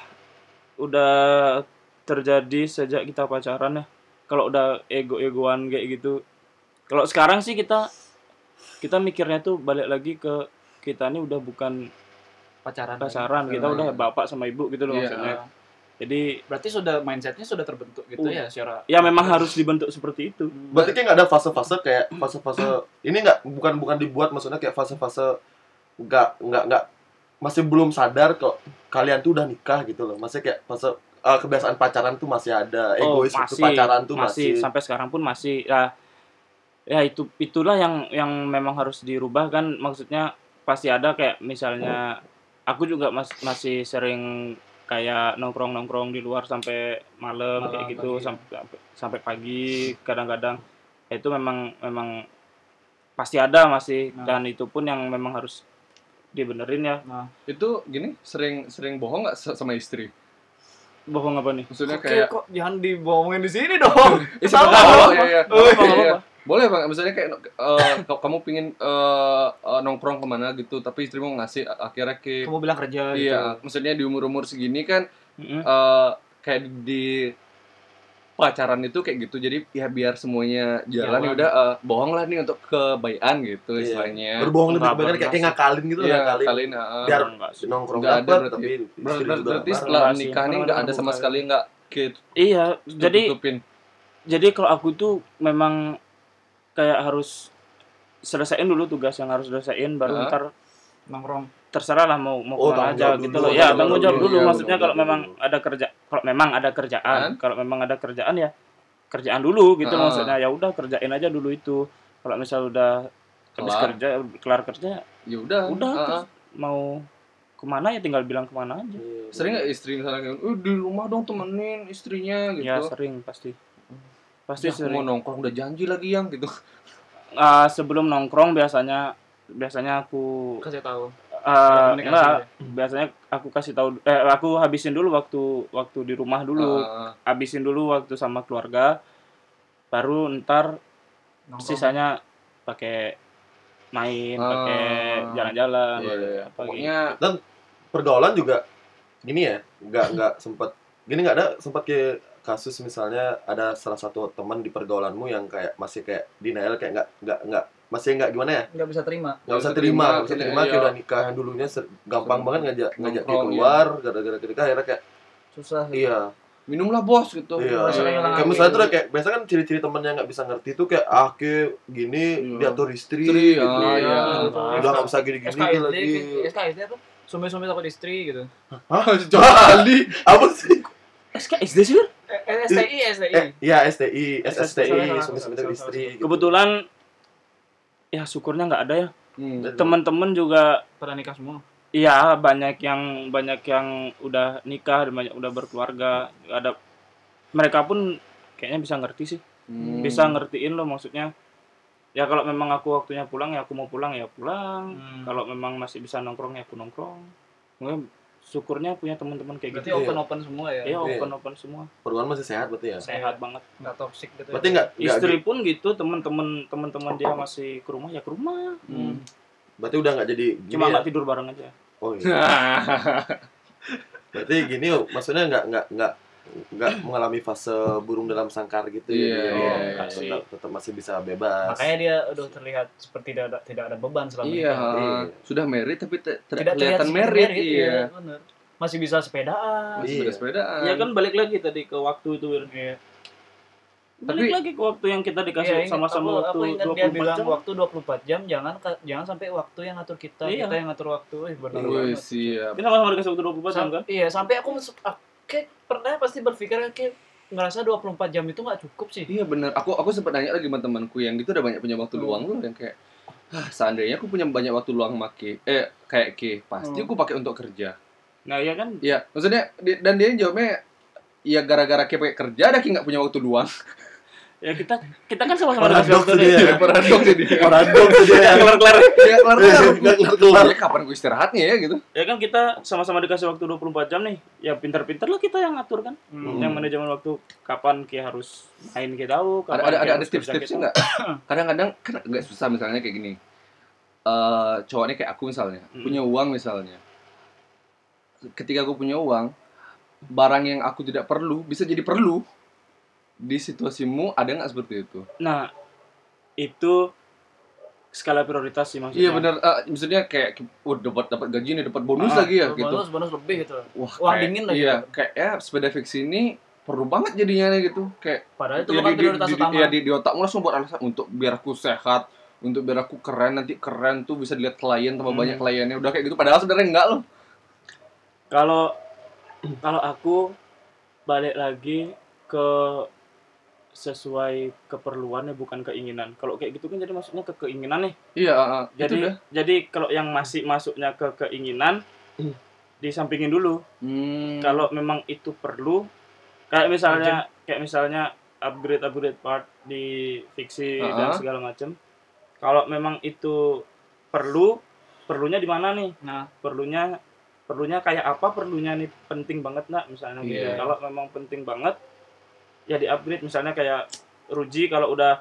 terjadi sejak kita pacaran ya. Kalau udah ego-egoan kayak gitu. Kalau sekarang sih kita mikirnya tuh balik lagi ke kita ini udah bukan pacaran. Kita udah bapak sama ibu gitu loh maksudnya. Jadi berarti mindsetnya sudah terbentuk gitu ya secara. Ya memang harus dibentuk seperti itu. Berarti kayak nggak ada fase-fase ini bukan dibuat maksudnya kayak fase-fase nggak masih belum sadar kok kalian tuh udah nikah gitu loh. Masih kayak fase kebiasaan pacaran tuh masih ada, egois itu pacaran tuh masih sampai sekarang pun masih ya itulah yang memang harus dirubah kan, maksudnya pasti ada kayak misalnya aku juga masih sering kayak nongkrong di luar sampai malam kayak gitu sampai pagi kadang-kadang itu memang pasti ada masih dan itu pun yang memang harus dibenerin ya. Itu gini sering bohong nggak sama istri? Bohong apa nih? Maksudnya kayak kok jangan dibohongin di sini dong. Iya. Boleh Bang, misalnya kayak kamu pingin nongkrong kemana gitu, tapi istrimu ngasih akhirnya kamu bilang kerja gitu. Iya, maksudnya di umur segini kan kayak di pacaran itu kayak gitu, jadi ya biar semuanya jalan ya udah bohong lah nih untuk kebaikan gitu istilahnya. Berbohong lebih kebaikan kayak ngakalin gitu, ngakalin. Biar nongkrong nggak ada berarti setelah nikah nih nggak ada sama sekali nggak gitu. Iya, jadi kalau aku tuh memang kayak harus selesaiin dulu tugas yang harus selesaiin baru ntar nongkrong. Terserah lah mau kemana aja gitu loh. Ya tanggung jawab dulu maksudnya kalau memang ada kerjaan ya kerjaan dulu gitu maksudnya ya udah kerjain aja dulu itu. Kalau misal udah habis kelar kerja ya udah terus mau kemana ya tinggal bilang kemana aja. Sering nggak istri misalnya di rumah dong temenin istrinya gitu? Ya sering pasti sering. Mau nongkrong udah janji lagi yang gitu. Sebelum nongkrong biasanya aku kasih tahu. Biasanya aku kasih tahu aku habisin dulu waktu di rumah dulu. Habisin dulu waktu sama keluarga. Baru ntar nongkrong. Sisanya pakai main, pakai jalan-jalan. Pokoknya dan pergaulan juga gini ya, enggak sempat kayak kasus misalnya ada salah satu teman di pergaulanmu yang kayak masih kayak denial kayak enggak masih nggak gimana ya? Nggak bisa terima kayak udah nikah yang dulunya gampang banget ngajak dia keluar gara-gara ketika akhirnya kayak susah. Iya. Minumlah bos gitu. Iya. Kayak misalnya tuh kayak biasa kan ciri-ciri temen yang nggak bisa ngerti tuh kayak kayak gini diatur istri gitu. Udah nggak bisa gini-gini lagi. SKSD apa? Suami-suami takut istri gitu. Hah? Jali. Apa sih? SKSD sih? STI. Iya STI, suami-suami takut istri. Kebetulan ya syukurnya nggak ada ya. Teman-teman juga pada nikah semua. Iya banyak yang udah nikah dan banyak udah berkeluarga. Mereka pun kayaknya bisa ngerti sih. Bisa ngertiin loh maksudnya. Ya kalau memang aku waktunya pulang ya aku mau pulang ya pulang. Kalau memang masih bisa nongkrong ya aku nongkrong. Mungkin syukurnya punya teman-teman kayak berarti gitu. open semua ya. Iya, open semua. Perempuan masih sehat berarti ya? Sehat banget. Nggak toxic gitu. Berarti nggak Istri pun gitu, teman-teman dia masih ke rumah ya ke rumah. Berarti udah nggak jadi gini Cuma nggak ya? tidur bareng aja. Oh iya. Berarti gini maksudnya nggak mengalami fase burung dalam sangkar gitu ya. Tetap masih bisa bebas. Makanya dia udah terlihat seperti tidak ada beban selama ini. Iya, sudah married tapi tidak Tidak kelihatan married. Iya. Benar. Masih bisa sepedaan. Masih sepedaan. Ya kan balik lagi tadi ke waktu itu, Wir. Iya. Balik lagi ke waktu yang kita dikasih sama-sama aku waktu ingat dia 24 bilang jam. waktu 24 jam, jangan sampai waktu yang ngatur kita, Iya. kita yang ngatur waktu. Benar Wih, banget. siap. Kita sama-sama dikasih waktu 24 jam kan? Iya, sampai aku kayak pernah pasti berpikir kayak ngerasa 24 jam itu nggak cukup sih. Iya benar. Aku sempat nanya lagi sama temanku yang gitu udah banyak punya waktu luang loh, yang kayak seandainya aku punya banyak waktu luang kayak pasti aku pakai untuk kerja. Nah, iya kan? Iya, maksudnya dan dia jawabnya ya gara-gara pakai kerja ada nggak punya waktu luang. Ya kita kan sama-sama dikasih waktu dia. nih. Paradoks jadi. Paradoks dia. Kelar-kelar. Ya Kelar. Ya, kapan gue istirahatnya ya gitu. Ya kan kita sama-sama dikasih waktu 24 jam nih. Ya pintar-pintar lah kita yang ngatur kan. Yang manajemen waktu kapan kita harus main kita tahu, kapan Ada tips-tipsnya nggak? Kadang-kadang kan nggak susah misalnya kayak gini. Cowoknya kayak aku misalnya, punya uang misalnya. Ketika aku punya uang, barang yang aku tidak perlu bisa jadi perlu. Di situasimu ada nggak seperti itu? Nah, itu skala prioritas sih maksudnya. Iya benar. Maksudnya kayak dapat gaji nih, dapat bonus lagi ya gitu. Bonus lebih gitu. Wah, Uang dingin lagi. Iya, kayak ya sepeda fiksi ini perlu banget jadinya gitu. Kayak Padahal itu ya, bukan prioritas utama. Iya, di otakmu langsung buat alasan untuk biar aku sehat, untuk biar aku keren, nanti keren tuh bisa dilihat klien tambah banyak kliennya. Udah kayak gitu padahal sebenarnya enggak loh. Kalau aku balik lagi ke sesuai keperluannya bukan keinginan. Kalau kayak gitu kan jadi maksudnya ke keinginan nih. Iya, itu udah. Jadi kalau yang masih masuknya ke keinginan disampingin dulu. Kalau memang itu perlu, kayak misalnya upgrade part di fiksi dan segala macam. Kalau memang itu perlunya di mana nih? Nah, perlunya kayak apa? Perlunya nih penting banget nggak misalnya gitu. Kalau memang penting banget ya di upgrade, misalnya kayak Ruji kalau udah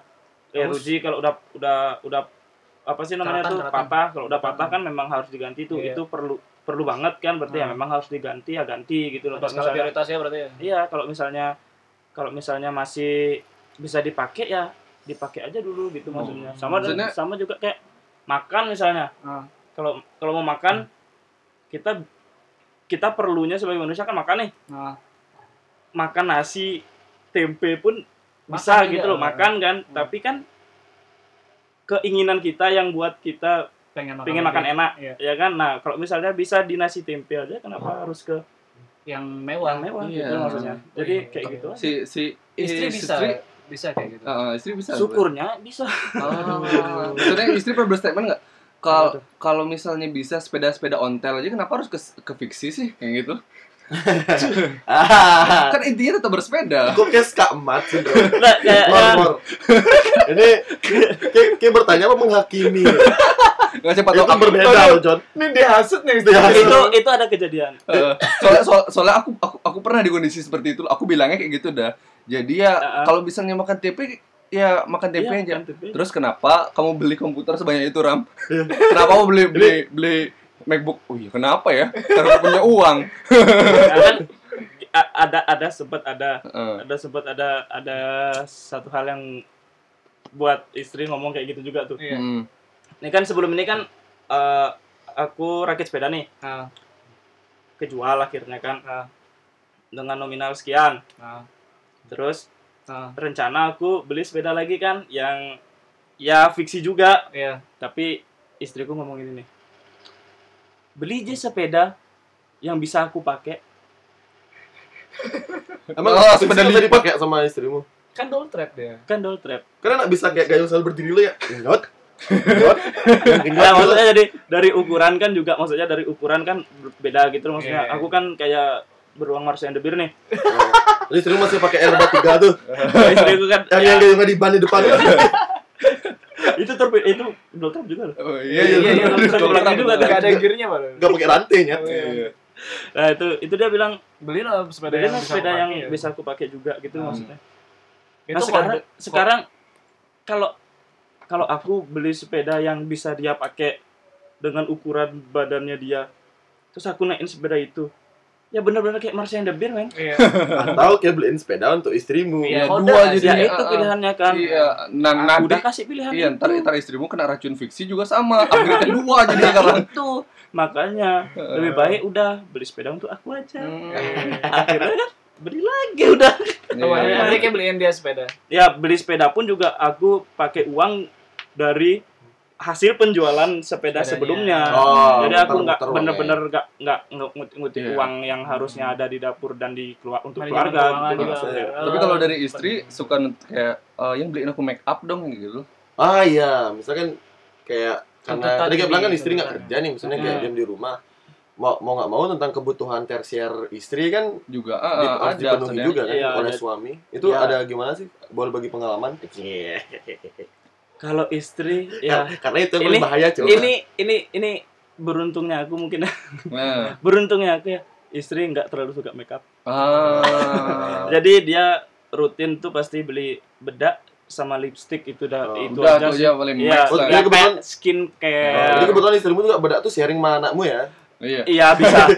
apa sih namanya tuh patah. Kalau udah patah kan memang harus diganti tuh. Itu perlu banget kan, berarti ya memang harus diganti ya ganti gitu loh. Skala prioritasnya berarti ya. Iya, kalau misalnya masih bisa dipakai ya dipakai aja dulu gitu maksudnya. Sama juga kayak makan misalnya. Kalau mau makan kita perlunya sebagai manusia kan makan nih. Makan nasi, tempe pun bisa makan gitu loh, makan kan. Tapi kan keinginan kita yang buat kita pengen makan enak, ya kan. Nah, kalau misalnya bisa di nasi tempe aja, kenapa harus ke yang mewah gitu maksudnya. Jadi kayak gitu. Istri bisa kayak gitu. Istri bisa. Syukurnya bisa. Maksudnya istri pernah berstatement nggak? Kalau misalnya bisa sepeda ontel aja, kenapa harus ke fiksi sih kayak gitu? Kan intinya tetap bersepeda. Kok kayak Kak Emat sih, bro? Mor. Ini kayak bertanya apa menghakimi? Nggak siapa tahu itu berbeda loh, John. Ini dihasut nih. Itu ada kejadian. Soalnya aku pernah di kondisi seperti itu. Aku bilangnya kayak gitu dah. Jadi ya kalau misalnya makan tempe ya makan tempe aja. Terus kenapa kamu beli komputer sebanyak itu, Ram? Kenapa kamu beli MacBook? Oh iya, kenapa ya? Karena punya uang. ada sempat ada satu hal yang buat istri ngomong kayak gitu juga tuh. Ini kan sebelum ini kan aku rakit sepeda nih. Kejual akhirnya kan dengan nominal sekian. Terus rencana aku beli sepeda lagi kan yang ya fiksi juga. Tapi istriku ngomong ini nih. Beli aja sepeda yang bisa aku pakai. Emang sepeda bisa dipakai sama istrimu? Kan doll trap dia. Karena nggak bisa kayak gayung selalu berdiri lo ya. Genjot. Nah, maksudnya jadi dari ukuran kan juga, maksudnya dari ukuran kan beda gitu maksudnya. Aku kan kayak beruang Mars and the Bear nih. Istrimu masih pakai R43 tuh. Istriku kan yang gayungnya di ban di depan. itu doll trap juga loh. Oh iya. Doll trap juga. Enggak ada gearnya malah. Enggak pakai rantainya. Nah itu dia bilang beliin sepeda yang bisa aku pakai juga gitu maksudnya. Nah Itu sekarang kalau aku beli sepeda yang bisa dia pakai dengan ukuran badannya dia, terus aku naikin sepeda itu, ya benar-benar kayak Martian the Bear, men. Iya. Atau kayak beliin sepeda untuk istrimu. Iya, dua jadi itu pilihannya kan. Iya, Aku udah kasih pilihan iya, itu. ntar istrimu kena racun fiksi juga sama. Upgrade dua jadi sekarang. Itu makanya lebih baik udah beli sepeda untuk aku aja. Akhirnya kan beli lagi udah. Jadi kayak beliin dia sepeda. Ya beli sepeda pun juga aku pakai uang dari hasil penjualan sepeda sebelumnya. Jadi aku nggak bener-bener nggak ngutip uang yang harusnya ada di dapur dan untuk keluarga gitu. Tapi kalau dari istri suka kayak yang beliin aku make up dong gitu. Ah iya, misalkan kayak karena tadi kayak bilang kan istri nggak kerja nih, misalnya kayak diam di rumah. Mau nggak mau tentang kebutuhan tersier istri kan juga harus dipenuhi juga kan oleh suami. Itu ada gimana sih? Boleh bagi pengalaman? Kalau istri ya karena itu yang berbahaya coba. Ini beruntungnya aku mungkin. Beruntungnya aku ya istri nggak terlalu suka makeup. Jadi dia rutin tuh pasti beli bedak sama lipstick itu itu aja sih. Ya kayak skincare. Jadi kebetulan istrimu juga bedak tuh sharing sama anakmu ya? Iya bisa.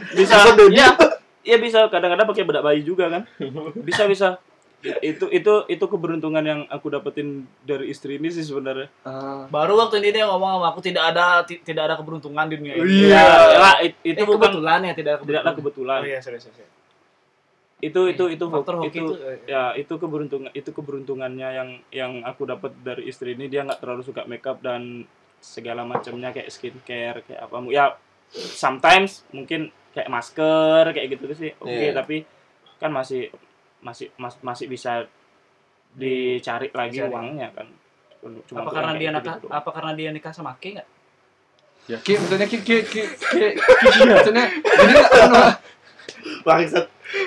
Iya bisa kadang-kadang pakai bedak bayi juga kan. Bisa. Itu keberuntungan yang aku dapetin dari istri ini sih sebenarnya. Baru waktu ini dia ngomong sama aku tidak ada keberuntungan di dunia ini. Iya, itu bukan kebetulan ya, tidaklah kebetulan. Oh iya, serius. Itu faktor hoki itu ya itu keberuntungannya yang aku dapat dari istri ini. Dia nggak terlalu suka makeup dan segala macamnya kayak skincare kayak apa ya sometimes mungkin kayak masker kayak gitu sih tapi kan masih bisa dicari lagi uangnya kan. Cuma apa karena dia nikah sama Ki nggak? Ya Ki maksudnya Ki maksudnya jadi nggak bangsat.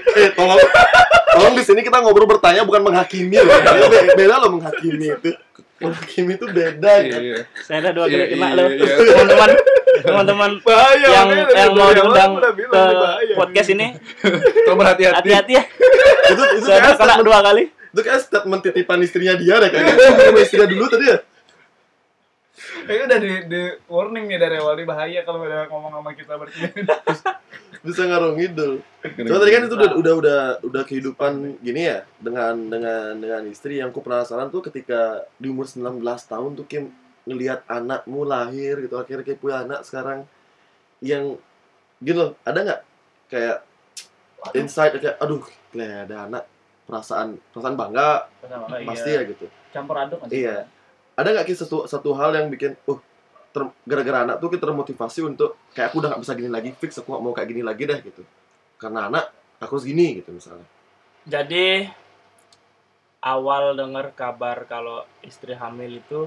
Tolong di sini kita ngobrol bertanya bukan menghakimi loh. Beda loh menghakimi itu. Menghakimi itu beda kan. Saya ada 2 kali kena loh. Teman-teman yang mau diundang ke podcast ini tolong berhati-hati. Hati-hati ya. Itu saya kena 2 kali. Itu kayak statement titipan istrinya dia deh kayaknya. Sama istrinya dulu tadi ya. Kayaknya udah di warning nih dari awal, bahaya kalau udah ngomong sama kita bertiga. Bisa ngarung ngidul. Cuma tadi kan itu udah kehidupan gini ya dengan istri. Yang aku penasaran tuh ketika di umur 19 tahun tuh Kim ngelihat anakmu lahir gitu, akhirnya kayak punya anak sekarang yang gitu loh, ada nggak kayak insight kayak aduh ada anak, perasaan bangga pasti ya gitu, campur aduk aja. Iya, ada nggak Ki satu hal yang bikin gara-gara anak tuh kita termotivasi untuk kayak aku udah nggak bisa gini lagi, fix aku nggak mau kayak gini lagi deh gitu, karena anak aku harus gini gitu misalnya. Jadi awal dengar kabar kalau istri hamil itu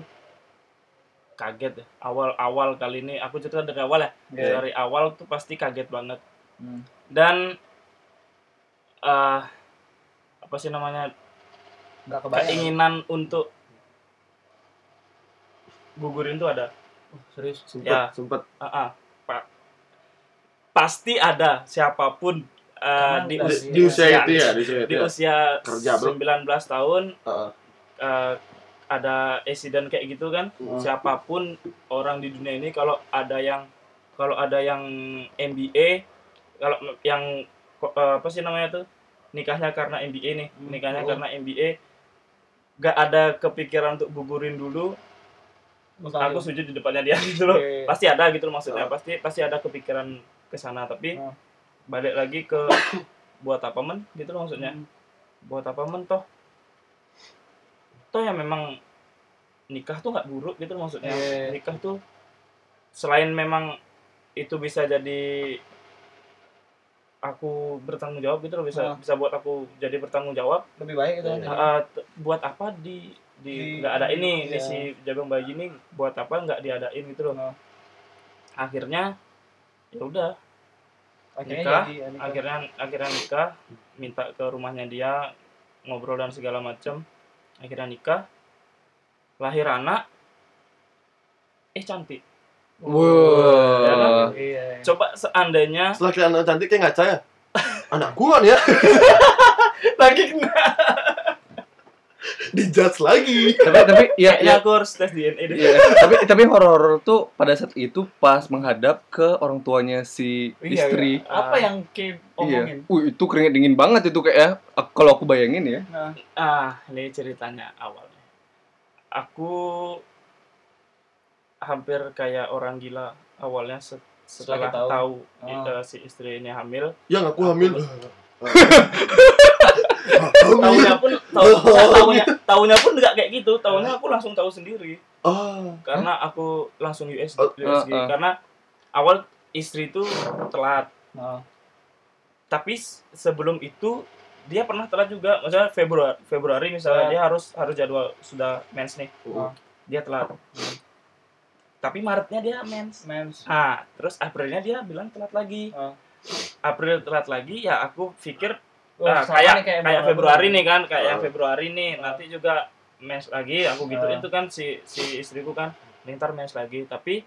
kaget ya. Awal kali ini aku cerita dari awal ya. Dari awal tuh pasti kaget banget. Dan apa sih namanya? Keinginan untuk gugurin tuh ada. Serius? Sempet. Pasti ada siapapun di usia itu ya, di usia kerja 19 tahun ada insiden kayak gitu kan. Siapapun orang di dunia ini kalau ada yang MBA, kalau yang apa sih namanya tuh nikahnya karena MBA nih, karena MBA gak ada kepikiran untuk gugurin dulu. Aku sujud di depannya dia gitu loh. Pasti ada gitu loh maksudnya. Pasti ada kepikiran ke sana, tapi balik lagi ke buat apa men gitu loh maksudnya. Buat apa men toh ya memang nikah tuh nggak buruk gitu loh maksudnya. Nikah tuh selain memang itu bisa jadi aku bertanggung jawab gitu loh, bisa buat aku jadi bertanggung jawab lebih baik gitu. Buat apa nggak ada ini si jagung bayi ini buat apa nggak diadain gitu loh. Akhirnya ya udah nikah. Akhirnya nikah, minta ke rumahnya dia, ngobrol dan segala macam. Akhirnya nikah, lahir anak, cantik. Wah. Ya kan? Iya. Coba seandainya Setelah kalian anak cantik kayak ngaca ya. Anakku kan ya. Lagi kena. Dijudge lagi. Tapi ya kayaknya aku harus tes DNA deh. Iya, tapi horor tuh pada saat itu pas menghadap ke orang tuanya si istri. Iya. Apa yang Kim omongin? Iya. Itu keringet dingin banget itu kayak ya. Kalau aku bayangin ya. Ini ceritanya awalnya. Aku hampir kayak orang gila awalnya setelah tahu si istri ini hamil. Yang aku hamil. Tahunya pun nggak kayak gitu. Tahunya aku langsung tahu sendiri. Karena aku langsung USG. Karena awal istri itu telat. Tapi sebelum itu dia pernah telat juga. Misalnya Februari misalnya dia harus jadwal sudah mens nih. Dia telat. Tapi Maretnya dia mens. Terus Aprilnya dia bilang telat lagi. April telat lagi ya aku pikir kayak Februari nih kan, Februari nih nanti juga mens lagi. Aku gitu itu kan si istriku kan, ntar mens lagi. Tapi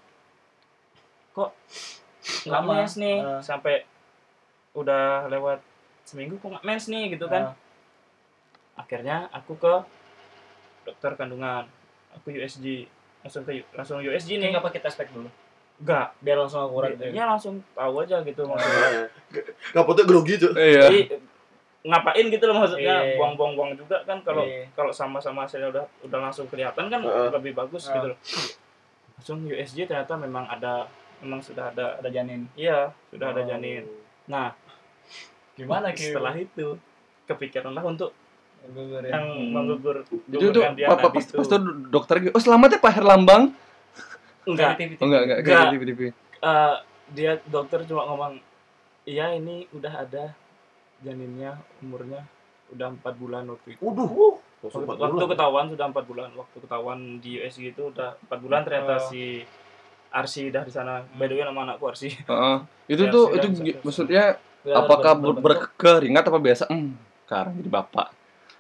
kok nggak mens nih sampai udah lewat seminggu kok nggak mens nih gitu kan. Akhirnya aku ke dokter kandungan, aku USG langsung USG nih. Nggak pakai tes pack dulu? Enggak, biar langsung akurat. Dia langsung tahu aja gitu maksudnya. Kapotnya grogi tuh. Iya. Ngapain gitu loh maksudnya, buang-buang juga kan kalau sama-sama hasilnya udah langsung kelihatan kan lebih bagus gitu loh. Langsung USG ternyata memang sudah ada janin. Iya, sudah ada janin. Nah, gimana setelah itu kepikiranlah untuk yang menggugur. Itu tuh pas tuh dokter gitu. Oh, selamat ya Pak Herlambang. Enggak kayak TV. Dia dokter cuma ngomong, "Iya, ini udah ada janinnya, umurnya udah 4 bulan waktu itu." Waktu ketahuan sudah 4 bulan. Waktu ketahuan di USG itu udah 4 bulan ternyata si Arsi udah di sana. By the way nama anakku Arsi. Itu maksudnya apakah berkeringat apa biasa? Sekarang jadi bapak.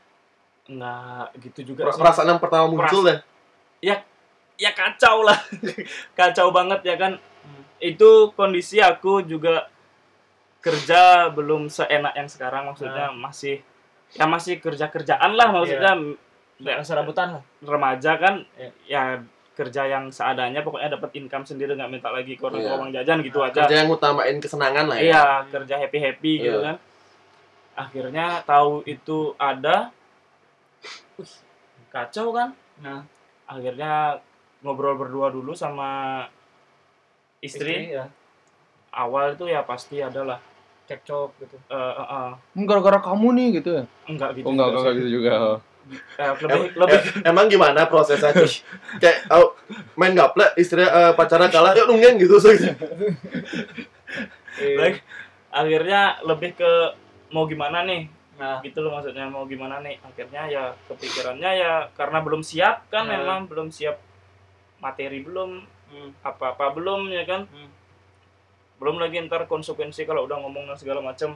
Enggak gitu juga sih. Perasaan yang pertama muncul deh. Ya kacau lah. Kacau banget ya kan. Itu kondisi aku juga kerja belum seenak yang sekarang, maksudnya masih kerjaan lah maksudnya. Serabutan lah. Remaja kan ya kerja yang seadanya, pokoknya dapat income sendiri, nggak minta lagi ke orang jajan gitu aja. Kerja yang utamain kesenangan lah ya. Iya, kerja happy gitu kan. Akhirnya tahu itu ada, kacau kan. Nah, akhirnya ngobrol berdua dulu sama istri ya. Awal itu ya pasti adalah cekcok gitu. Gara-gara kamu nih gitu ya? Enggak gitu. Enggak gitu juga. Lebih emang gimana prosesnya? Kayak main gaple, istri pacaran kalah, yuk nungguin gitu. Akhirnya lebih ke mau gimana nih? Nah, gitu loh maksudnya, mau gimana nih? Akhirnya ya kepikirannya ya karena belum siap kan, memang belum siap materi, belum apa-apa belum ya kan. Belum lagi ntar konsekuensi kalau udah ngomong dan segala macam.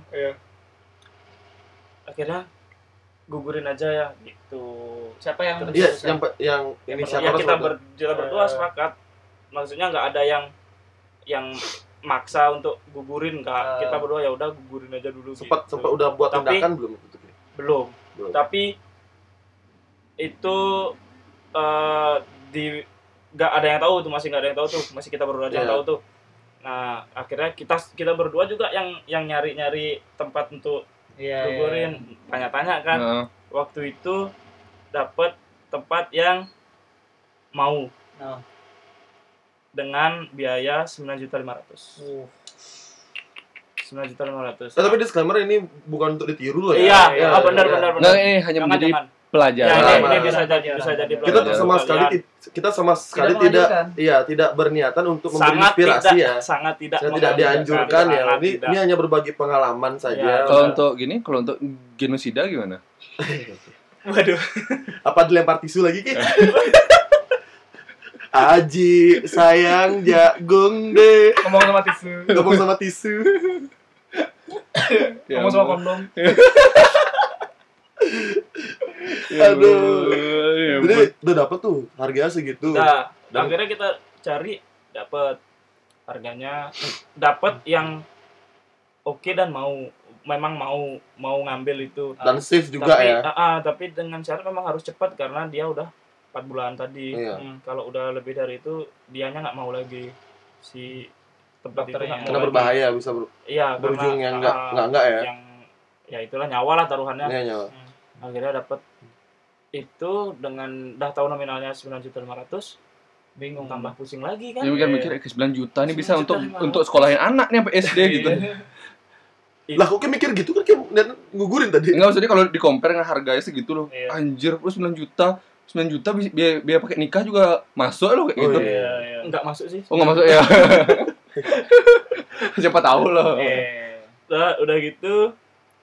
Akhirnya gugurin aja ya gitu. Siapa yang yang ini siapa? Kita berdua sepakat. Maksudnya nggak ada yang maksa untuk gugurin, enggak. Kita berdua ya udah gugurin aja dulu. Sempat udah buat tindakan belum itu? Belum. Tapi itu nggak ada yang tahu tuh, masih nggak ada yang tahu tuh, masih kita berdua aja yang tahu tuh. Nah, akhirnya kita berdua juga yang nyari tempat untuk gugurin, tanya-tanya kan. Waktu itu dapat tempat yang mau dengan biaya 9.500.000. 9.500.000. Tapi disclaimer ini bukan untuk ditiru loh ya. Iya, benar. Nah, ini hanya menjadi pelajaran. Ini bisa jadi pelajaran. Kita sama sekali tidak berniatan untuk memberi inspirasi ya. Sangat tidak. Saya tidak dianjurkan ya. Ini hanya berbagi pengalaman saja. Kalau untuk genosida gimana? Waduh. Apa dilempar tisu lagi Ki? Aji sayang jagung deh. Ngomong sama tisu. Ngomong sama kondom. Aduh. Jadi udah dapet tuh harganya segitu. Nah, akhirnya kita cari dapat harganya, dapat yang oke dan memang mau ngambil itu. Dan safe juga tapi, ya. Tapi dengan syarat memang harus cepat karena dia udah 4 bulan tadi. Iya. Kalau udah lebih dari itu dianya nggak mau lagi si tempat itu nggak mau. Karena berbahaya bisa berujung yang enggak ya. Yang ya itulah nyawa lah taruhannya. Iya, nyawa. Akhirnya dapat itu dengan dah tahu nominalnya 9.500.000, bingung tambah pusing lagi kan. Ya mikir 9 juta nih bisa untuk sekolahin anak nih sampai SD gitu. Lah kok kayak mikir gitu kan kayak ngugurin tadi. Enggak maksudnya kalau di-compare dengan harganya segitu loh. Iya. Anjir, plus 9 juta biaya pakai nikah juga masuk loh kayak gitu. Iya. Enggak masuk sih. Oh, enggak masuk ya. Siapa tahu loh. Nah, udah gitu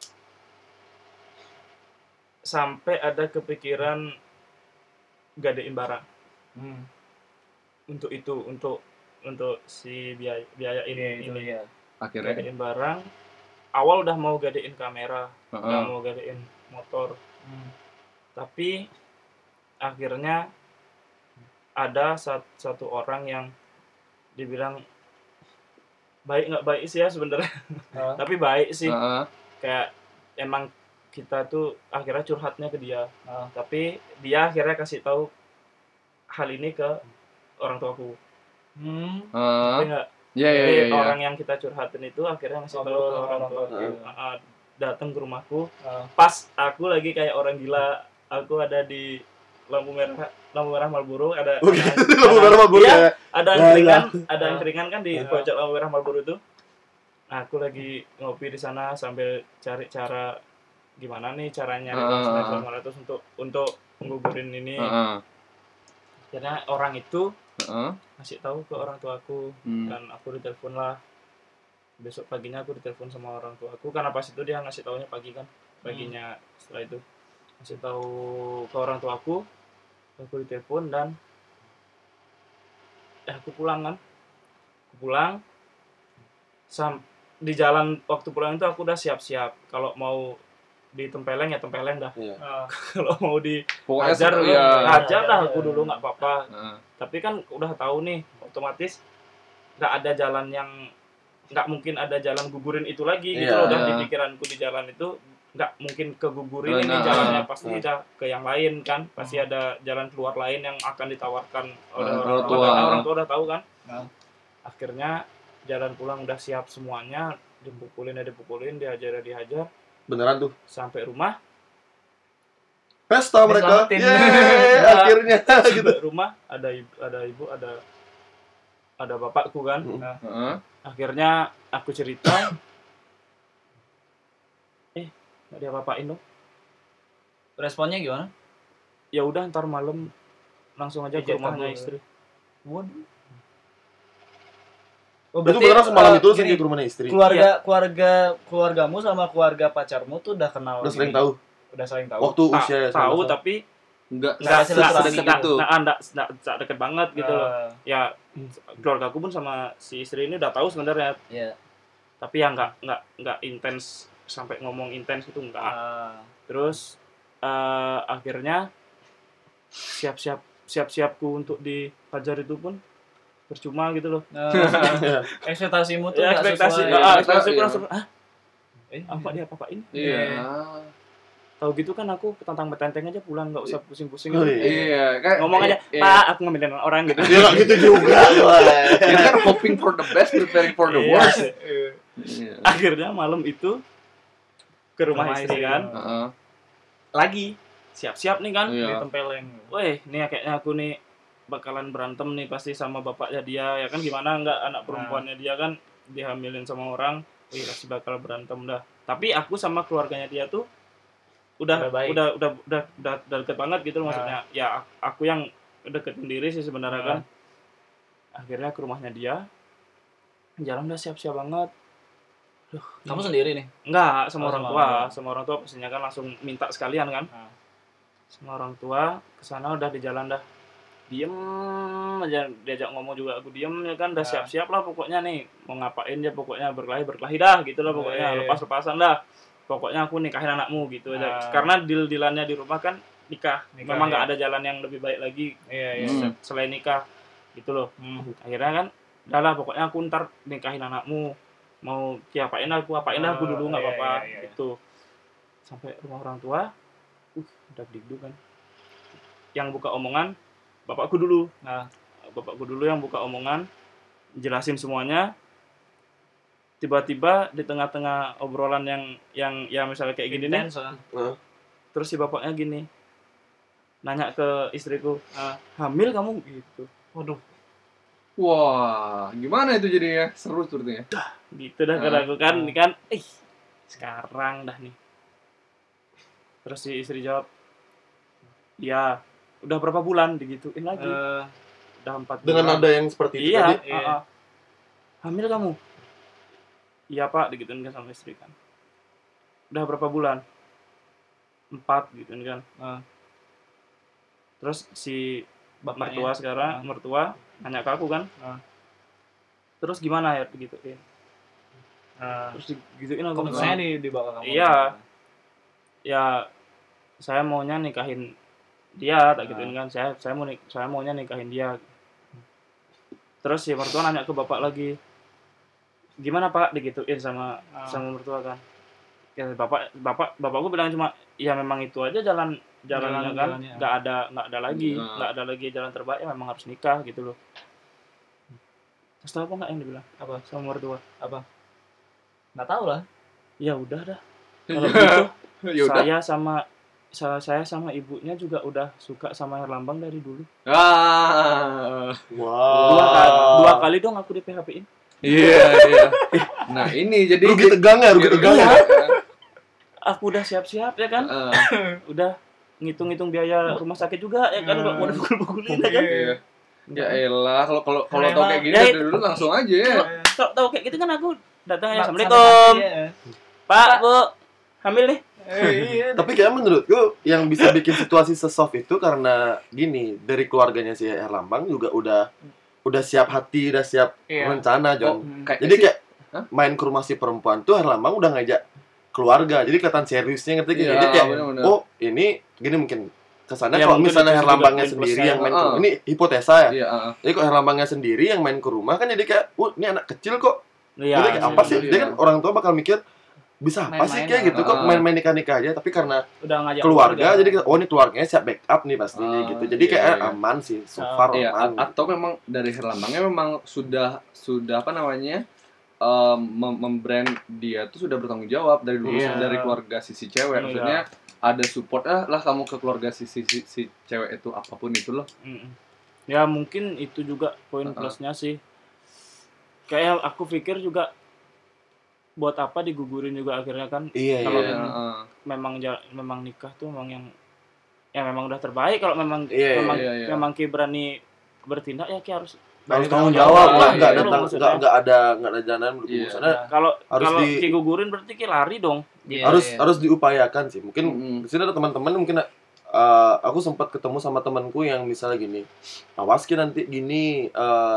sampai ada kepikiran gadein barang. Untuk itu, untuk si biaya ini. Ya. Akhirnya Gadein barang. Awal udah mau gadein kamera, udah mau gadein motor. Tapi akhirnya ada satu orang yang dibilang nggak baik sih ya sebenarnya. Tapi baik sih. Kayak emang kita tuh akhirnya curhatnya ke dia. Tapi dia akhirnya kasih tahu hal ini ke orang tuaku. Tapi nggak. Jadi orang yang kita curhatin itu akhirnya ngasih tahu ke orang tuaku. Datang ke rumahku. Pas aku lagi kayak orang gila. Aku ada di lampu merah Marlboro, ada lampu merah Marlboro ya. Ada angkringan kan di pojok lampu merah Marlboro itu. Nah, aku lagi ngopi di sana sambil cari cara gimana nih caranya 9.500 untuk nguburin ini. Akhirnya orang itu ngasih tahu ke orang tuaku dan aku ditelepon lah. Besok paginya aku ditelepon sama orang tuaku karena pas itu dia ngasih taunya pagi kan. Paginya setelah itu ngasih tahu ke orang tuaku. Aku ditelepon dan aku pulang kan. Di jalan waktu pulang itu aku udah siap-siap. Kalau mau ditempeleng ya tempeleng dah. Kalau mau dihajar hajar dah aku dulu nggak apa-apa. Tapi kan udah tahu nih otomatis nggak ada jalan yang nggak mungkin ada jalan gugurin itu lagi gitu loh. Udah di pikiranku di jalan itu nggak mungkin kegugurin ini jalannya, pasti udah ke yang lain kan. Pasti ada jalan keluar lain yang akan ditawarkan oleh orang tua udah tahu kan. Akhirnya jalan pulang udah siap semuanya, dipukulin, dihajar. Beneran tuh. Sampai rumah. Pesta mereka. Akhirnya gitu. Sampai rumah ada ibu, ada bapakku kan. Akhirnya aku cerita. Nggak diapa-apain dong. Responnya gimana? Ya udah ntar malam langsung aja ke rumahnya istri. Waduh. Oh, berarti beneran semalam itu langsung ke rumahnya istri. Keluargamu sama keluarga pacarmu tuh udah kenal. Udah sering tahu. Waktu usia tahu tapi enggak deket banget gitu loh. Ya keluargaku pun sama si istri ini udah tahu sebenarnya. Iya. Tapi ya enggak intens sampai ngomong intens itu enggak. Terus akhirnya siap-siapku untuk dihajar itu pun percuma gitu loh. Ekspektasimu tuh ekspektasiku langsung apa dia apa-apain? Iya. Tahu gitu kan aku petantang-petenteng aja pulang, nggak usah pusing-pusing. Iya, kan ngomong aja, Pak, aku ngambilin orang gitu. Iya, gitu juga. Kita kan hoping for the best, preparing for the worst. Akhirnya malam itu ke rumah istri kan. Lagi siap-siap nih kan ditempeleng. Weh, nih kayaknya aku nih bakalan berantem nih pasti sama bapaknya dia, ya kan gimana enggak anak perempuannya dia kan dihamilin sama orang, pasti bakal berantem dah. Tapi aku sama keluarganya dia tuh udah deket banget gitu maksudnya. Ya aku yang deketin diri sih sebenarnya kan. Akhirnya ke rumahnya dia, jalan udah siap-siap banget. Kamu sendiri nih? Enggak, sama orang tua. Sama orang tua pastinya kan langsung minta sekalian kan. Sama orang tua kesana udah di jalan dah. Diem aja, diajak ngomong juga aku diem ya kan. Udah siap-siap lah pokoknya nih. Mau ngapain ya pokoknya berkelahi dah gitu lah pokoknya. Lepas-lepasan dah. Pokoknya aku nikahin anakmu gitu aja. Karena deal-dealannya di rumah kan nikah. Memang nggak ada jalan yang lebih baik lagi selain nikah gitu loh. Akhirnya kan Udah lah pokoknya aku ntar nikahin anakmu, mau apain aku dulu nggak apa-apa gitu. Sampai rumah orang tua udah dikdu kan, yang buka omongan bapakku dulu yang buka omongan, jelasin semuanya. Tiba-tiba di tengah-tengah obrolan yang ya misalnya kayak gini nih, terus si bapaknya gini nanya ke istriku, hamil kamu gitu. Waduh, wah gimana itu jadinya, seru sepertinya. Gitu dah kalau kan sekarang dah nih. Terus si istri jawab, ya udah berapa bulan digituin lagi. Udah 4 bulan. Dengan nada yang seperti itu tadi. Hamil kamu? Iya pak, digituin kan sama istri kan. Udah berapa bulan? 4 gituin kan. Terus si mertua sekarang, mertua nanya ke aku kan. Terus gimana ya digituin. Terus digituin aku. Saya nih di bawah kamu. Iya. Ya saya maunya nikahin dia, tak gituin kan. Saya maunya nikahin dia. Terus si mertua nanya ke bapak lagi, gimana pak, digituin sama mertua kan. Ya bapakku bilang cuma ya memang itu aja jalannya kan, nggak ada lagi jalan terbaik, memang harus nikah gitu loh. Terus tahu apa nggak yang dibilang apa sama mertua? Apa? Nggak tahu lah. Ya udah dah kalau gitu. Saya sama ibunya juga udah suka sama Herlambang dari dulu. Dua kali dong aku di PHP-in. Iya. Nah ini jadi rugi tegang ya. Aku udah siap-siap ya kan. Udah ngitung-ngitung biaya rumah sakit juga ya kan, mau dipukul-pukulin ya kan. Ya elah, kalau tahu kayak gini dari dulu langsung aja ya. Kalau tahu kayak gitu kan aku datang ya, Assalamualaikum. Pak, Bu, hamil nih. Tapi kayak menurutku yang bisa bikin situasi sesoft itu karena gini, dari keluarganya si Herlambang juga udah siap hati, udah siap rencana, Jon. Jadi kayak main ke rumah si perempuan tuh Herlambang udah ngajak keluarga, jadi kelihatan seriusnya, ngerti gitu. Jadi kayak bener. Oh ini gini mungkin kesannya kalau misalnya Herlambangnya sendiri yang main ke rumah, ini hipotesa ya. Jadi kalau Herlambangnya sendiri yang main ke rumah kan jadi kayak, ini anak kecil kok. Jadi kayak apa sih? Dia kan orang tua bakal mikir bisa apa sih kayak gitu kok main-main nikah aja, tapi karena udah ngajak keluarga jadi ini keluarganya siap backup nih pasti gitu. Jadi kayak aman sih, so far aman. Atau memang dari Herlambangnya memang sudah apa namanya? Membrand dia tuh sudah bertanggung jawab dari dulu dari keluarga sisi cewek. Maksudnya ada support lah kamu ke keluarga si cewek itu apapun itu loh. Ya mungkin itu juga poin plusnya sih. Kayak aku pikir juga buat apa digugurin juga akhirnya kan. Kalau memang nikah tuh memang yang memang udah terbaik. Kalau memang Ki berani bertindak ya Ki harus tanggung jawab lah, nggak ada jalan misalnya kalau Ki gugurin berarti Ki lari dong. Harus diupayakan sih. Mungkin di sini ada teman-teman mungkin aku sempat ketemu sama temanku yang misalnya gini, awas Ki nanti gini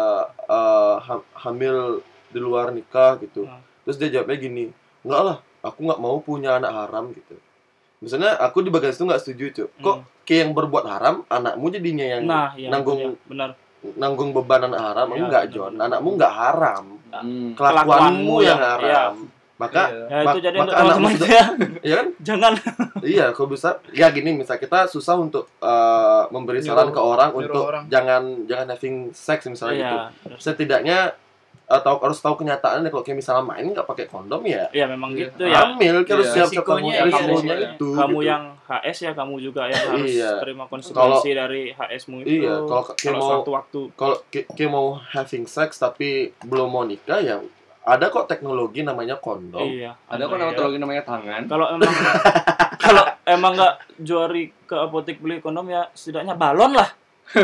hamil di luar nikah gitu. Terus dia jawabnya gini, enggak lah, aku nggak mau punya anak haram gitu. Misalnya aku di bagian itu nggak setuju cuy. Kok Ki yang berbuat haram, anakmu jadinya yang nanggung beban anak haram? Enggak, Jon. Anakmu enggak haram. Kelakuanmu yang haram. Maka itu jadi maka anakmu sudah, ya kan? Jangan. Iya, kalau bisa ya gini, misal kita susah untuk memberi saran ke orang untuk jangan having sex misalnya gitu. Setidaknya harus tahu kenyataannya, kalau kayak misalnya main nggak pakai kondom ya. Iya memang gitu ya. Hamil harus siap resikonya itu. Kamu yang HS ya, kamu juga yang harus terima konsekuensi dari HS-mu itu. Iya, kalau waktu kalau kayak mau having sex tapi belum mau nikah ya ada kok teknologi namanya kondom. Iya, ada kok teknologi namanya tangan. Kalau emang nggak juari ke apotek beli kondom ya setidaknya balon lah.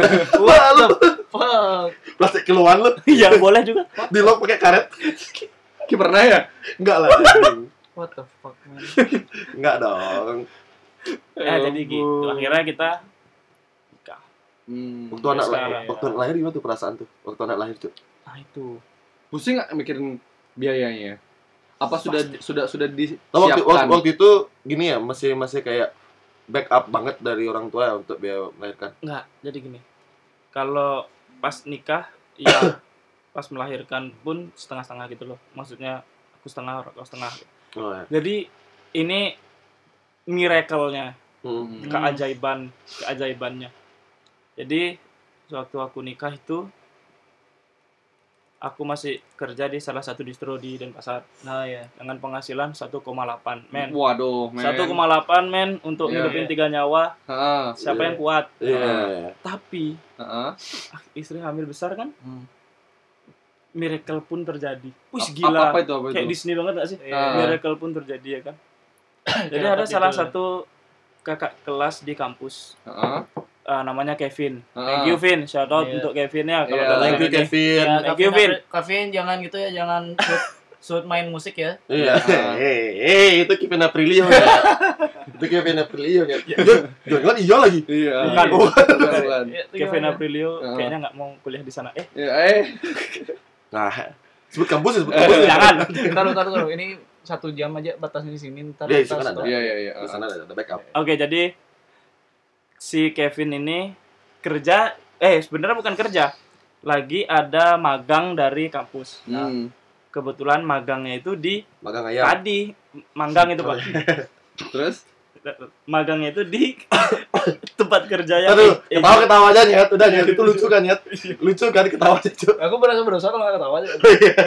Plastik kiloan lu. Iya, boleh juga. Di lock pakai karet. Ki pernah ya? Enggak lah. What the fuck, man. Enggak dong. Jadi gitu. Akhirnya kita nikah. Waktu anak lahir gimana tuh perasaan tuh? Waktu anak lahir tuh. Nah, itu. Pusing enggak mikirin biayanya? Apa sudah disiapkan? Waktu itu gini ya, masih kayak backup banget dari orang tua ya untuk biaya melahirkan. Enggak, jadi gini. Kalau pas nikah ya pas melahirkan pun setengah-setengah gitu loh. Maksudnya aku setengah, kau setengah. Oh, ya. Jadi ini miracle-nya, keajaibannya. Jadi waktu aku nikah itu aku masih kerja di salah satu distro di Denpasar. Nah, ya. Dengan penghasilan 1,8 men. Waduh, men. 1,8 men untuk hidupin 3 nyawa. Siapa yang kuat? Tapi istri hamil besar kan? Miracle pun terjadi. Gila. Apa itu? Kayak Disney banget gak sih? Miracle pun terjadi ya kan. Jadi ada salah satu kakak kelas di kampus. Namanya Kevin. Thank you Vin, shout out untuk Kevin ya. Thank you Kevin. Ya, Thank you Vin. Kevin jangan gitu ya, jangan shoot main musik ya. Iya. Itu Kevin Aprilio ya. Itu Kevin Aprilio ya. Jangan iya lagi. Iya. Bukan. Kevin Aprilio kayaknya nggak mau kuliah di sana. Nah, sebut kampus ya, sebut kampus. Jangan. Taruh. Ini 1 jam aja batasnya di sini. Ntar di sana ada. Iya. Di sana ada backup. Oke, jadi si Kevin ini kerja, sebenarnya bukan kerja, lagi ada magang dari kampus. Kebetulan magangnya itu di magang ayam. Tadi manggang itu Pak. Terus magangnya itu di tempat kerja yang ketawa aja Nyet, udah Nyet, itu lucu kan Nyet? Lucu kan ketawa aja cuy. Aku berasa kalau nggak ketawa aja.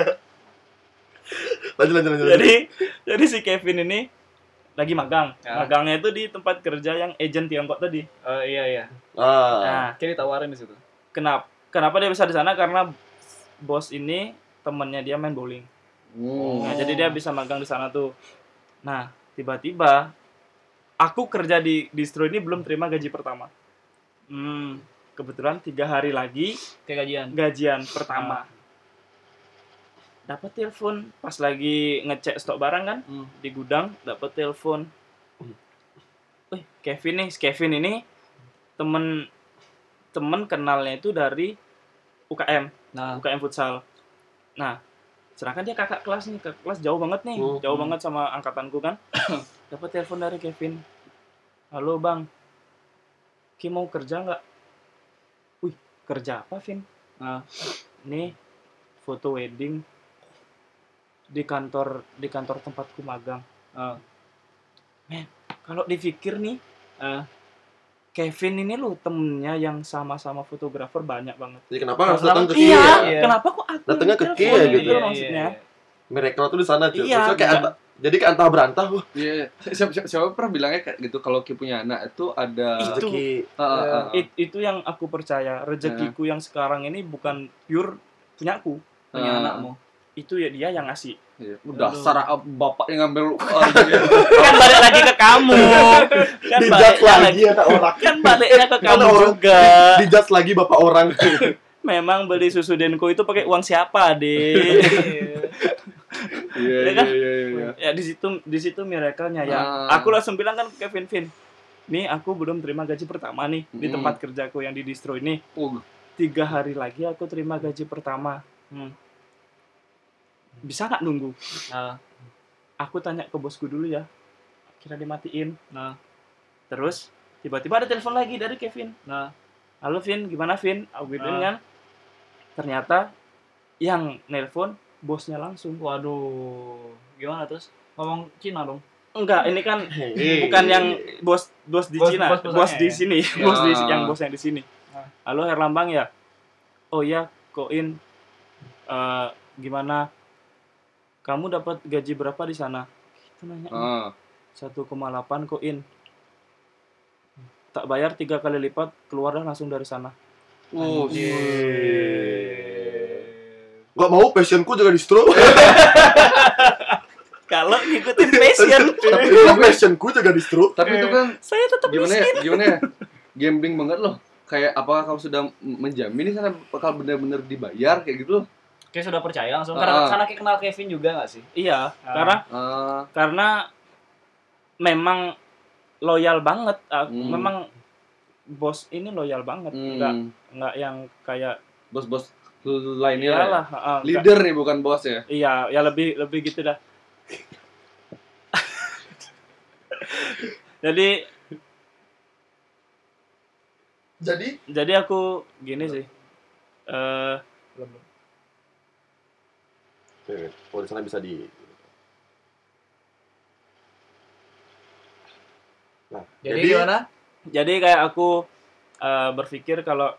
Lanjut. Jadi si Kevin ini lagi magang. Magangnya itu di tempat kerja yang agent Tiongkok tadi. Iya. Nah, kayak ditawarin di situ. Kenapa dia bisa di sana? Karena bos ini temennya dia main bowling. Nah, jadi dia bisa magang di sana tuh. Nah, tiba-tiba aku kerja di distro ini belum terima gaji pertama. Kebetulan 3 hari lagi gajian pertama. Dapat telepon pas lagi ngecek stok barang kan di gudang, dapat telepon. Kevin ini temen kenalnya itu dari UKM. UKM futsal. Nah, sedangkan dia kakak kelas jauh banget nih, jauh banget sama angkatanku kan. Dapat telepon dari Kevin. Halo Bang, Ki mau kerja nggak? Wih, kerja apa Vin? Nih foto wedding di kantor tempatku magang. Men, kalau dipikir nih, Kevin ini loh temennya yang sama-sama fotografer banyak banget. Jadi kenapa harus datang ke Ki? Iya. Kenapa kok aku datangnya ke Ki ya gitu? Maksudnya. Miracle tuh di sana cuy. Iya, jadi kayak antah berantah. Iya. Siapa pernah bilangnya kayak gitu, kalau Ki punya anak itu ada rezeki. Itu yang aku percaya. Rezekiku yang sekarang ini bukan pure punyaku, punya anakmu. Itu ya dia yang ngasih. Dasar bapak yang ngambil kan balik lagi ke kamu. Kan baliknya ke kamu juga. Dijudge lagi bapak orang. Memang beli susu Denko itu pakai uang siapa, Dek? Iya. Ya di situ miracle-nya ya. Aku langsung bilang kan ke Kevin, nih aku belum terima gaji pertama nih di tempat kerjaku yang di distro ini. 3 hari lagi aku terima gaji pertama. Bisa nggak nunggu? Aku tanya ke bosku dulu ya. Kira dimatiin. Terus tiba-tiba ada telepon lagi dari Kevin. Halo Vin, gimana Vin? Aku gituin kan. Ternyata yang nelpon bosnya langsung. Waduh, gimana terus? Ngomong Cina dong? Enggak, ini kan bukan yang bos di Cina, bos di sini, yang bos yang di sini. Halo Herlambang ya? Oh ya, Koin. Gimana? Kamu dapat gaji berapa di sana? Itu nanya. 1,8 Koin. Tak bayar 3 kali lipat, keluar dah langsung dari sana. Gak mau, passionku juga distro. Kalau ngikutin passion. Tapi itu passionku juga distro. Tapi itu kan saya tetap miskin. Gimana ya? Gambling banget loh. Kayak apakah kamu sudah menjamin ini sana bakal benar-benar dibayar kayak gitu loh? Kayak sudah percaya langsung. Karena kayak kenal Kevin juga gak sih? Iya, karena memang loyal banget. Memang bos ini loyal banget. Enggak yang kayak bos-bos lainnya lah. Leader nih bukan bos ya? Iya, ya lebih gitu dah. Jadi aku gini sih. Kalau di sana bisa di. Nah, Jadi gimana? Jadi kayak aku berpikir kalau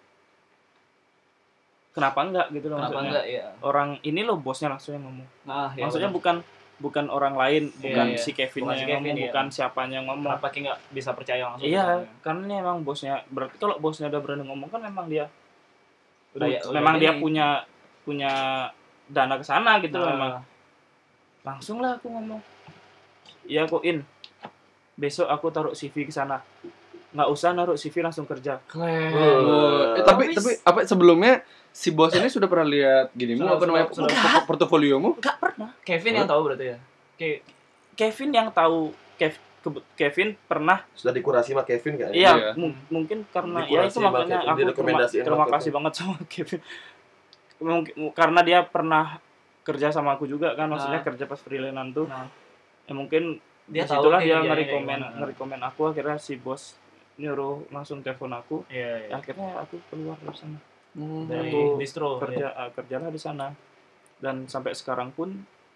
kenapa enggak gitu loh, Kenapa maksudnya. enggak ya? Orang ini loh bosnya langsung yang ngomong. Nah, ya Maksudnya bener. bukan orang lain, bukan Iya. si Kevin Bukan si yang Kevin, ngomong, iya. bukan siapanya yang ngomong. Kenapa Ki nggak bisa percaya langsung? Iya, karena ini emang bosnya. Berarti kalau bosnya udah berani ngomong kan memang dia Udah memang dia ini. punya dana ke sana gitu loh Nah. memang. Langsung lah aku ngomong. Iya kok In. Besok aku taruh CV ke sana. Nggak usah naruh CV langsung kerja. Tapi apa sebelumnya si bos ini sudah pernah lihat ginimu apa namanya portofoliomu? Nggak pernah. Kevin yang tahu berarti ya. Kevin yang tahu. Kevin pernah. Sudah dikurasi sama Kevin kayaknya. Iya, Iya. mungkin karena Dikurasi ya itu sama makanya Kevin, aku direkomendasiin terima sama kasih banget sama Kevin. Mungkin karena dia pernah kerja sama aku juga kan, maksudnya kerja pas freelance tuh. Nah. Ya mungkin Dia disitulah tahu dia kerjanya ngerekomen aku, akhirnya si bos nyuruh langsung telepon aku. Iya. Ya, akhirnya aku keluar dari sana. Dari Aku distro. kerjalah di sana. Dan sampai sekarang pun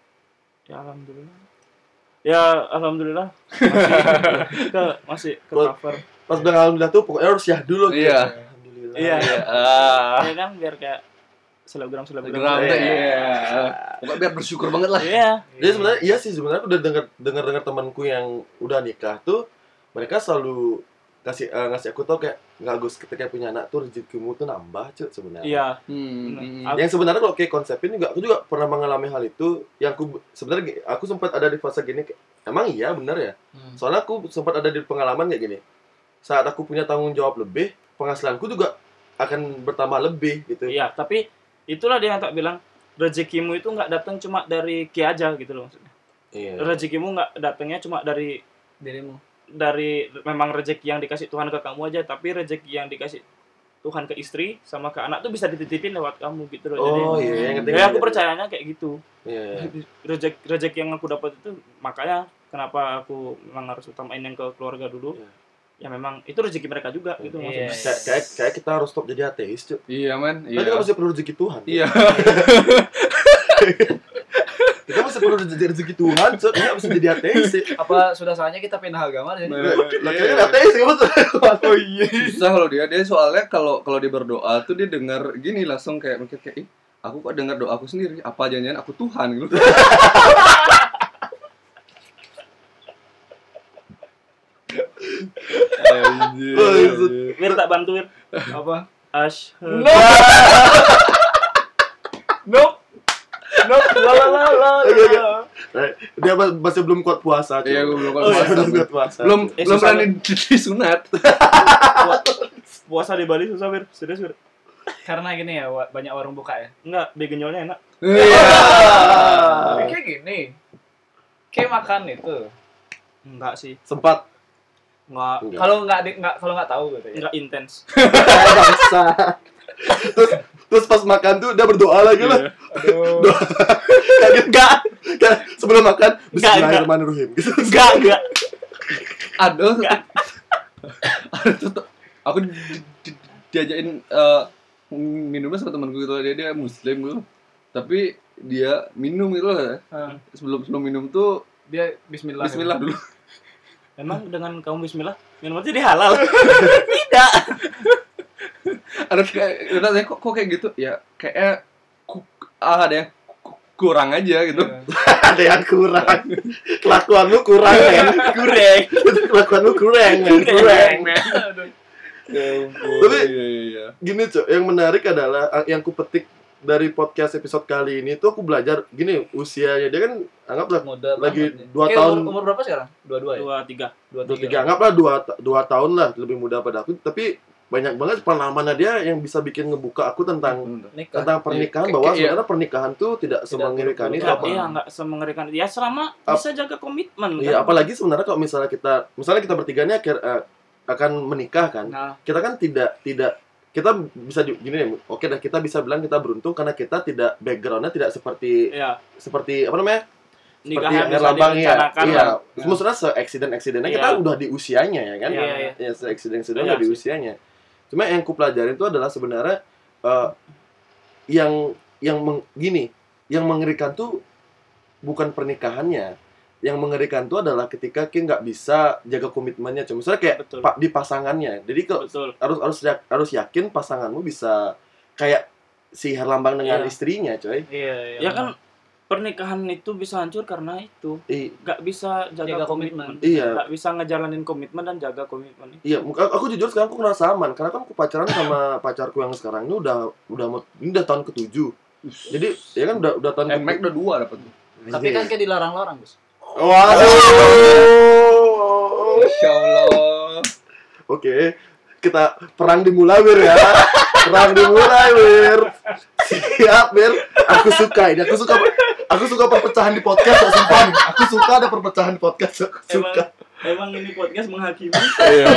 ya alhamdulillah masih ke cover. Pas udah alhamdulillah tuh pokoknya harus syah dulu gitu. Iya. Alhamdulillah. Iya. Ya kan biar kayak selebgram. Iya. Pokoknya biar bersyukur banget lah. Iya. Jadi sebenarnya iya sih, sebenarnya udah dengar temanku yang udah nikah tuh mereka selalu ngasih aku tau kayak nggak Gus, ketika punya anak tuh rezekimu tuh nambah cuy sebenarnya. Iya. Yang sebenarnya kalau kayak konsepin juga aku juga pernah mengalami hal itu. Yang sebenarnya aku sempat ada di fase gini kayak, emang iya benar ya. Soalnya aku sempat ada di pengalaman kayak gini. Saat aku punya tanggung jawab lebih, penghasilanku juga akan bertambah lebih gitu. Iya, tapi itulah dia yang tak bilang rezekimu itu nggak datang cuma dari Ki aja gitu loh maksudnya. Iya. Rezekimu nggak datangnya cuma dari Dirimu. dari memang rezeki yang dikasih Tuhan ke kamu aja, tapi rezeki yang dikasih Tuhan ke istri sama ke anak tuh bisa dititipin lewat kamu gitu loh. Oh Jadi, iya, ngerti. ya aku percayanya kayak gitu. Iya. Rezeki yang aku dapat itu makanya kenapa aku memang harus utamain yang ke keluarga dulu. Iya. Ya memang itu rezeki mereka juga gitu Iya. maksudnya. Kayak kita harus stop jadi ateis cuy. Iya, man. Kita kan masih perlu rezeki Tuhan. Iya. Kita masih perlu rezeki Tuhan, so kita bisa jadi ateis sih. Apa sudah saatnya kita pindah agama sih? Lah kayaknya ateis kamu tuh. Oh iya. Susah kalau dia soalnya kalau dia berdoa tuh dia dengar gini langsung kayak mikir kayak ih, aku kok dengar doaku sendiri, apa jangan aku Tuhan gitu. Wir tak bantuin. Apa? Asyhadu. Nope. Dia masih belum kuat puasa. Iya, gue belum kuat Masih puasa. belum kuat puasa. Belum susah berani disunat. Puasa di Bali susah, Wir. Serius, Wir. Karena gini ya, banyak warung buka ya. Enggak, begenyolnya enak. Iya. Kayak gini. Kayak makan itu. Enggak sih. Sempat. Enggak Kalau nggak tahu gitu ya. enggak intens. Bangsa. Terus pas makan tuh dia berdoa lagi lah. Aduh. Enggak. Sebelum makan Bismillahirrahmanirrahim. Gitu. Enggak. Ada tuh aku diajakin minumnya sama temanku gitu, dia muslim gitu. Tapi dia minum gitu loh. Sebelum minum tuh Dia bismillah. bismillah dulu. Memang dengan kamu bismillah, minum jadi halal. Tidak. Ada kayak kok kayak gitu ya, kayaknya ada yang kurang aja gitu. Ada yang kurang. Kelakuanmu kurang ya. Kelakuanmu kurang ya. Kurang. Tapi iya. gini Cok, yang menarik adalah yang ku petik dari podcast episode kali ini tuh aku belajar gini, usianya dia kan anggaplah Muda lagi banget. 2 Kayak tahun. Umur berapa sekarang? 22 ya? 23. 23, anggaplah 2 tahun lah lebih muda pada aku, tapi banyak banget pengalamannya dia yang bisa bikin ngebuka aku tentang Nikah. pernikahan, Iya, bahwa iya. sebenarnya pernikahan tuh tidak semengerikan itu. Iya, enggak semengerikan. Ya selama bisa jaga komitmen. Iya, kan? apalagi sebenarnya kalau misalnya kita bertiga nih akan menikah kan. Nah, Kita kan tidak kita bisa gini nih, oke dah, kita bisa bilang kita beruntung karena kita tidak backgroundnya tidak seperti Iya. seperti apa namanya? Seperti Nikahnya yang bisa Herlambang ya. direncanakan. Iya. lah. Maksudnya se-accident-accidentnya Iya. kita udah di usianya ya kan? Iya. Ya, se-accident-accident Iya udah di sih. usianya. Cuma yang ku pelajarin itu adalah sebenarnya gini, yang mengerikan tuh bukan pernikahannya. Yang mengerikan tuh adalah ketika Ki nggak bisa jaga komitmennya. Cuma misalnya kayak di pasangannya. Jadi harus yakin pasanganmu bisa kayak si Herlambang dengan istrinya, coy. Iya. Ya kan pernikahan itu bisa hancur karena itu nggak bisa jaga komitmen. Iya. Nggak bisa ngejalanin komitmen dan jaga komitmen. Iya, aku jujur sekarang aku ngerasa aman karena kan aku pacaran sama pacarku yang sekarang ini udah tahun ke-7. Jadi ya kan udah tahun Mac udah 2 dapat. Tapi kan kayak dilarang-larang, Gus. Waduh. Masya Allah. Oke, kita perang dimulai, Wir ya. Perang dimulai, Wir. Siap, Wir. Aku suka ini. Aku suka perpecahan di podcast, sumpah. Aku suka ada perpecahan di podcast. Aku suka. Emang ini podcast menghakimi. Iya.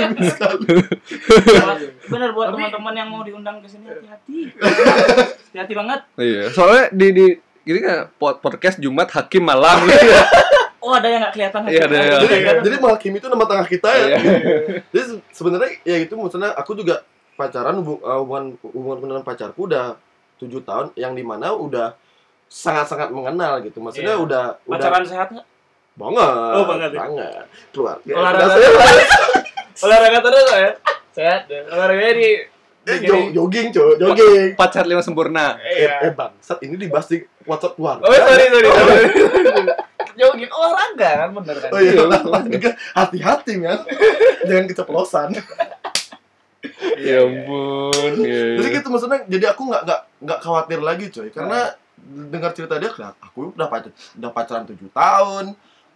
Bener buat teman-teman yang mau diundang ke sini hati-hati. Hati-hati banget. Iya. Soalnya di ini kan podcast Jumat Hakim Malam. Oh, ada yang nggak kelihatan. Iya, ada. Jadi menghakimi itu nama tengah kita ya. Jadi sebenarnya ya itu maksudnya aku juga pacaran hubungan dengan pacarku udah 7 tahun yang dimana udah sangat-sangat mengenal gitu. Maksudnya udah pacaran sehat nggak? Banget. Oh, banget. Banget. Keluarga. Olahraga terus ya. Sehat. Olahraganya di jogging, jogging. Pacar 5 sempurna. Bangsat ini dibahas di WhatsApp keluarga. Oh, sorry. Jogging olahraga kan bener kan. Oh iya, olahraga. Hati-hati, men. Jangan keceplosan. Ya ampun. Jadi gitu maksudnya, jadi aku nggak khawatir lagi, coy. Karena dengar cerita dia, aku udah pacaran 7 tahun,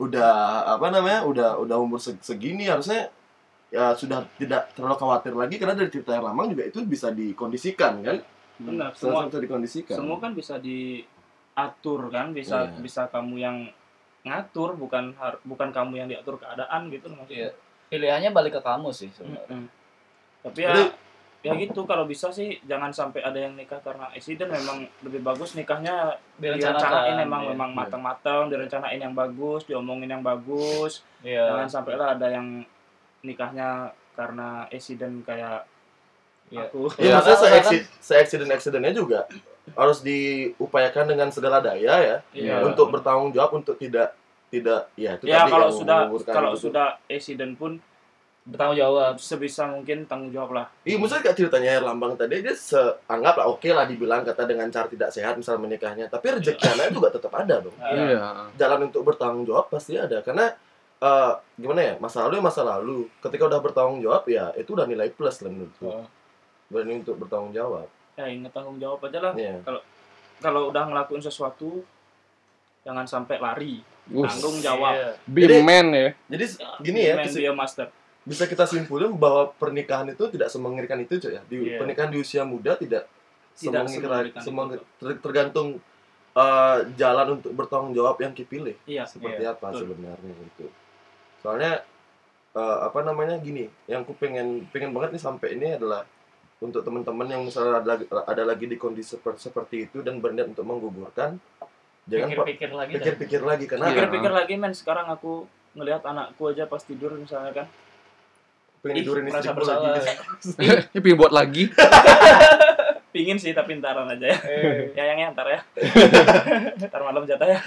udah umur segini, harusnya ya sudah tidak terlalu khawatir lagi karena dari cerita yang lama juga itu bisa dikondisikan kan. Benar, semua bisa dikondisikan. Semua kan bisa diatur kan, bisa kamu yang ngatur, bukan kamu yang diatur keadaan gitu maksudnya. Pilihannya balik ke kamu sih sebenarnya. Tapi ya gitu, kalau bisa sih jangan sampai ada yang nikah karena accident. Memang lebih bagus nikahnya direncanain, memang matang-matang, direncanain yang bagus, diomongin yang bagus. Jangan sampailah ada yang nikahnya karena accident kayak aku. Ya maksudnya se-accident-accidentnya juga harus diupayakan dengan segala daya ya. Untuk bertanggung jawab, untuk tidak ya itu ya, tadi kalau sudah accident pun bertanggung jawab, sebisa mungkin tanggung jawab lah. Iya, maksudnya kayak ceritanya Herlambang tadi, dia anggap lah oke lah dibilang kata dengan cara tidak sehat misal menikahnya, tapi rezekinya juga tetap ada dong. Iya. Jalan untuk bertanggung jawab pasti ada, karena gimana ya, masa lalu ketika udah bertanggung jawab ya itu udah nilai plus lah menurutku. Berani untuk bertanggung jawab. Ya ingat tanggung jawab aja lah. Kalau udah ngelakuin sesuatu jangan sampai lari. Tanggung jawab. Be man ya. Jadi gini ya, dia master. Bisa kita simpulin bahwa pernikahan itu tidak semengerikan itu, coy ya. Pernikahan di usia muda tidak semengerikan, tergantung jalan untuk bertanggung jawab yang dipilih. Seperti apa sebenarnya itu. Soalnya gini, yang aku pengen banget nih sampai ini adalah untuk teman-teman yang misalnya ada lagi di kondisi seperti itu dan berniat untuk menggugurkan, jangan pikir-pikir lagi karena pikir-pikir lagi, men. Sekarang aku ngelihat anakku aja pas tidur misalnya kan, pengen tidurin istriku lagi. Ini pengen buat lagi. Pingin sih tapi ntaran aja ya. Yang ntar ya. Ntar malam jatah ya.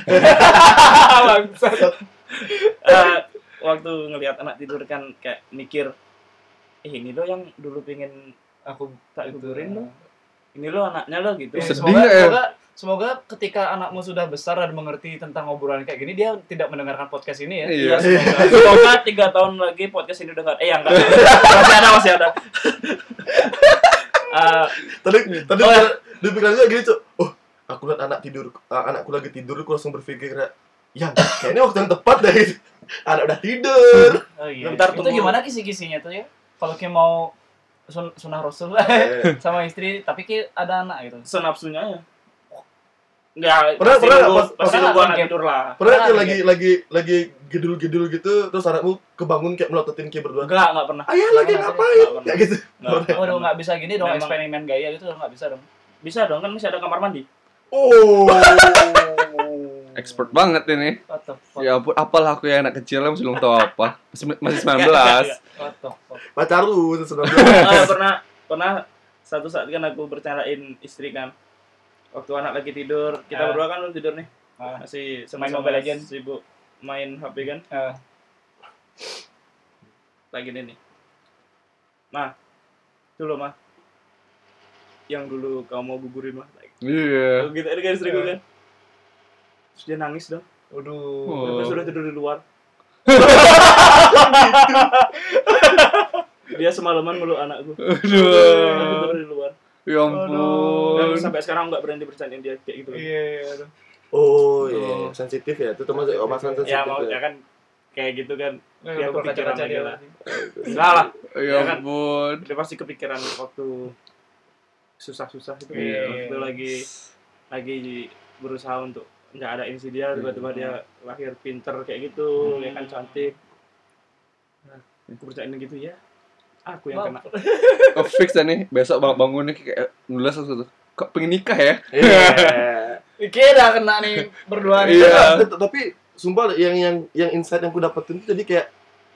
Waktu ngelihat anak tidur kan kayak mikir, ini lo yang dulu pengen aku tak tidurin lo. Ini lo anaknya lo gitu. Semoga ketika anakmu sudah besar dan mengerti tentang obrolan kayak gini, dia tidak mendengarkan podcast ini ya. Iya, semoga 3 tahun lagi podcast ini dengar. Enggak. Masih ada. Tadi di pikirannya gini, Cuk. Oh, aku lihat anakku lagi tidur, aku langsung berpikir ya, kayaknya waktu yang tepat deh. Anak udah tidur. Oh iya. Bentar, itu gimana kisi-kisinya tuh ya? Kalau Ki mau sunah rasul sama istri, tapi Ki ada anak gitu. Senapsunya ya. Enggak, pasti nunggu anak tidur lah. Pernah lagi gedul-gedul gitu, terus anakmu kebangun kayak melototin Ki berdua? Enggak pernah. Ayah lagi ngapain? Kayak gitu. Waduh, enggak bisa gini dong, eksperimen gaya gitu enggak bisa dong. Bisa dong, kan masih ada kamar mandi. Oh. Expert banget ini. Ya ampun, apalah aku ya, anak kecil masih belum tahu apa. Masih 19. Pacar lu 19. Pernah satu saat kan aku bercandain istri kan. waktu anak lagi tidur, kita berdua kan belum tidur nih. Masih main Mobile Legends, sibuk main HP kan. Lagi nih. Mah, itu loh mah. Yang dulu kamu mau gugurin mah. Iya. Gitu ada kan istriku kan. Terus dia nangis dong. Waduh. Dia sudah tidur di luar. Dia semalaman meluk anakku. Tidur di luar. Ya ampun. Dan sampai sekarang nggak berani bercandain dia kayak gitu. Iya. Oh iya, sensitif ya. Itu termasuk masalah sensitif. Ya mau ya kan kayak gitu kan. Dia Udah kepikiran kaca-kaca lagi dia lah. lagi. Salah. Ya kan? ampun. Dia pasti kepikiran waktu susah-susah itu. Iya. Waktu lagi berusaha untuk nggak ada insi dia, tiba-tiba dia lahir pinter kayak gitu, ya kan cantik. Nah, aku bercandain gitu ya. Aku yang kena. Fix dah nih, besok bangun nih kayak nulis sesuatu. Kok pengen nikah ya? Iya. Kira kena nih berdua nih. Iya. Tapi sumpah yang insight yang aku dapetin itu jadi kayak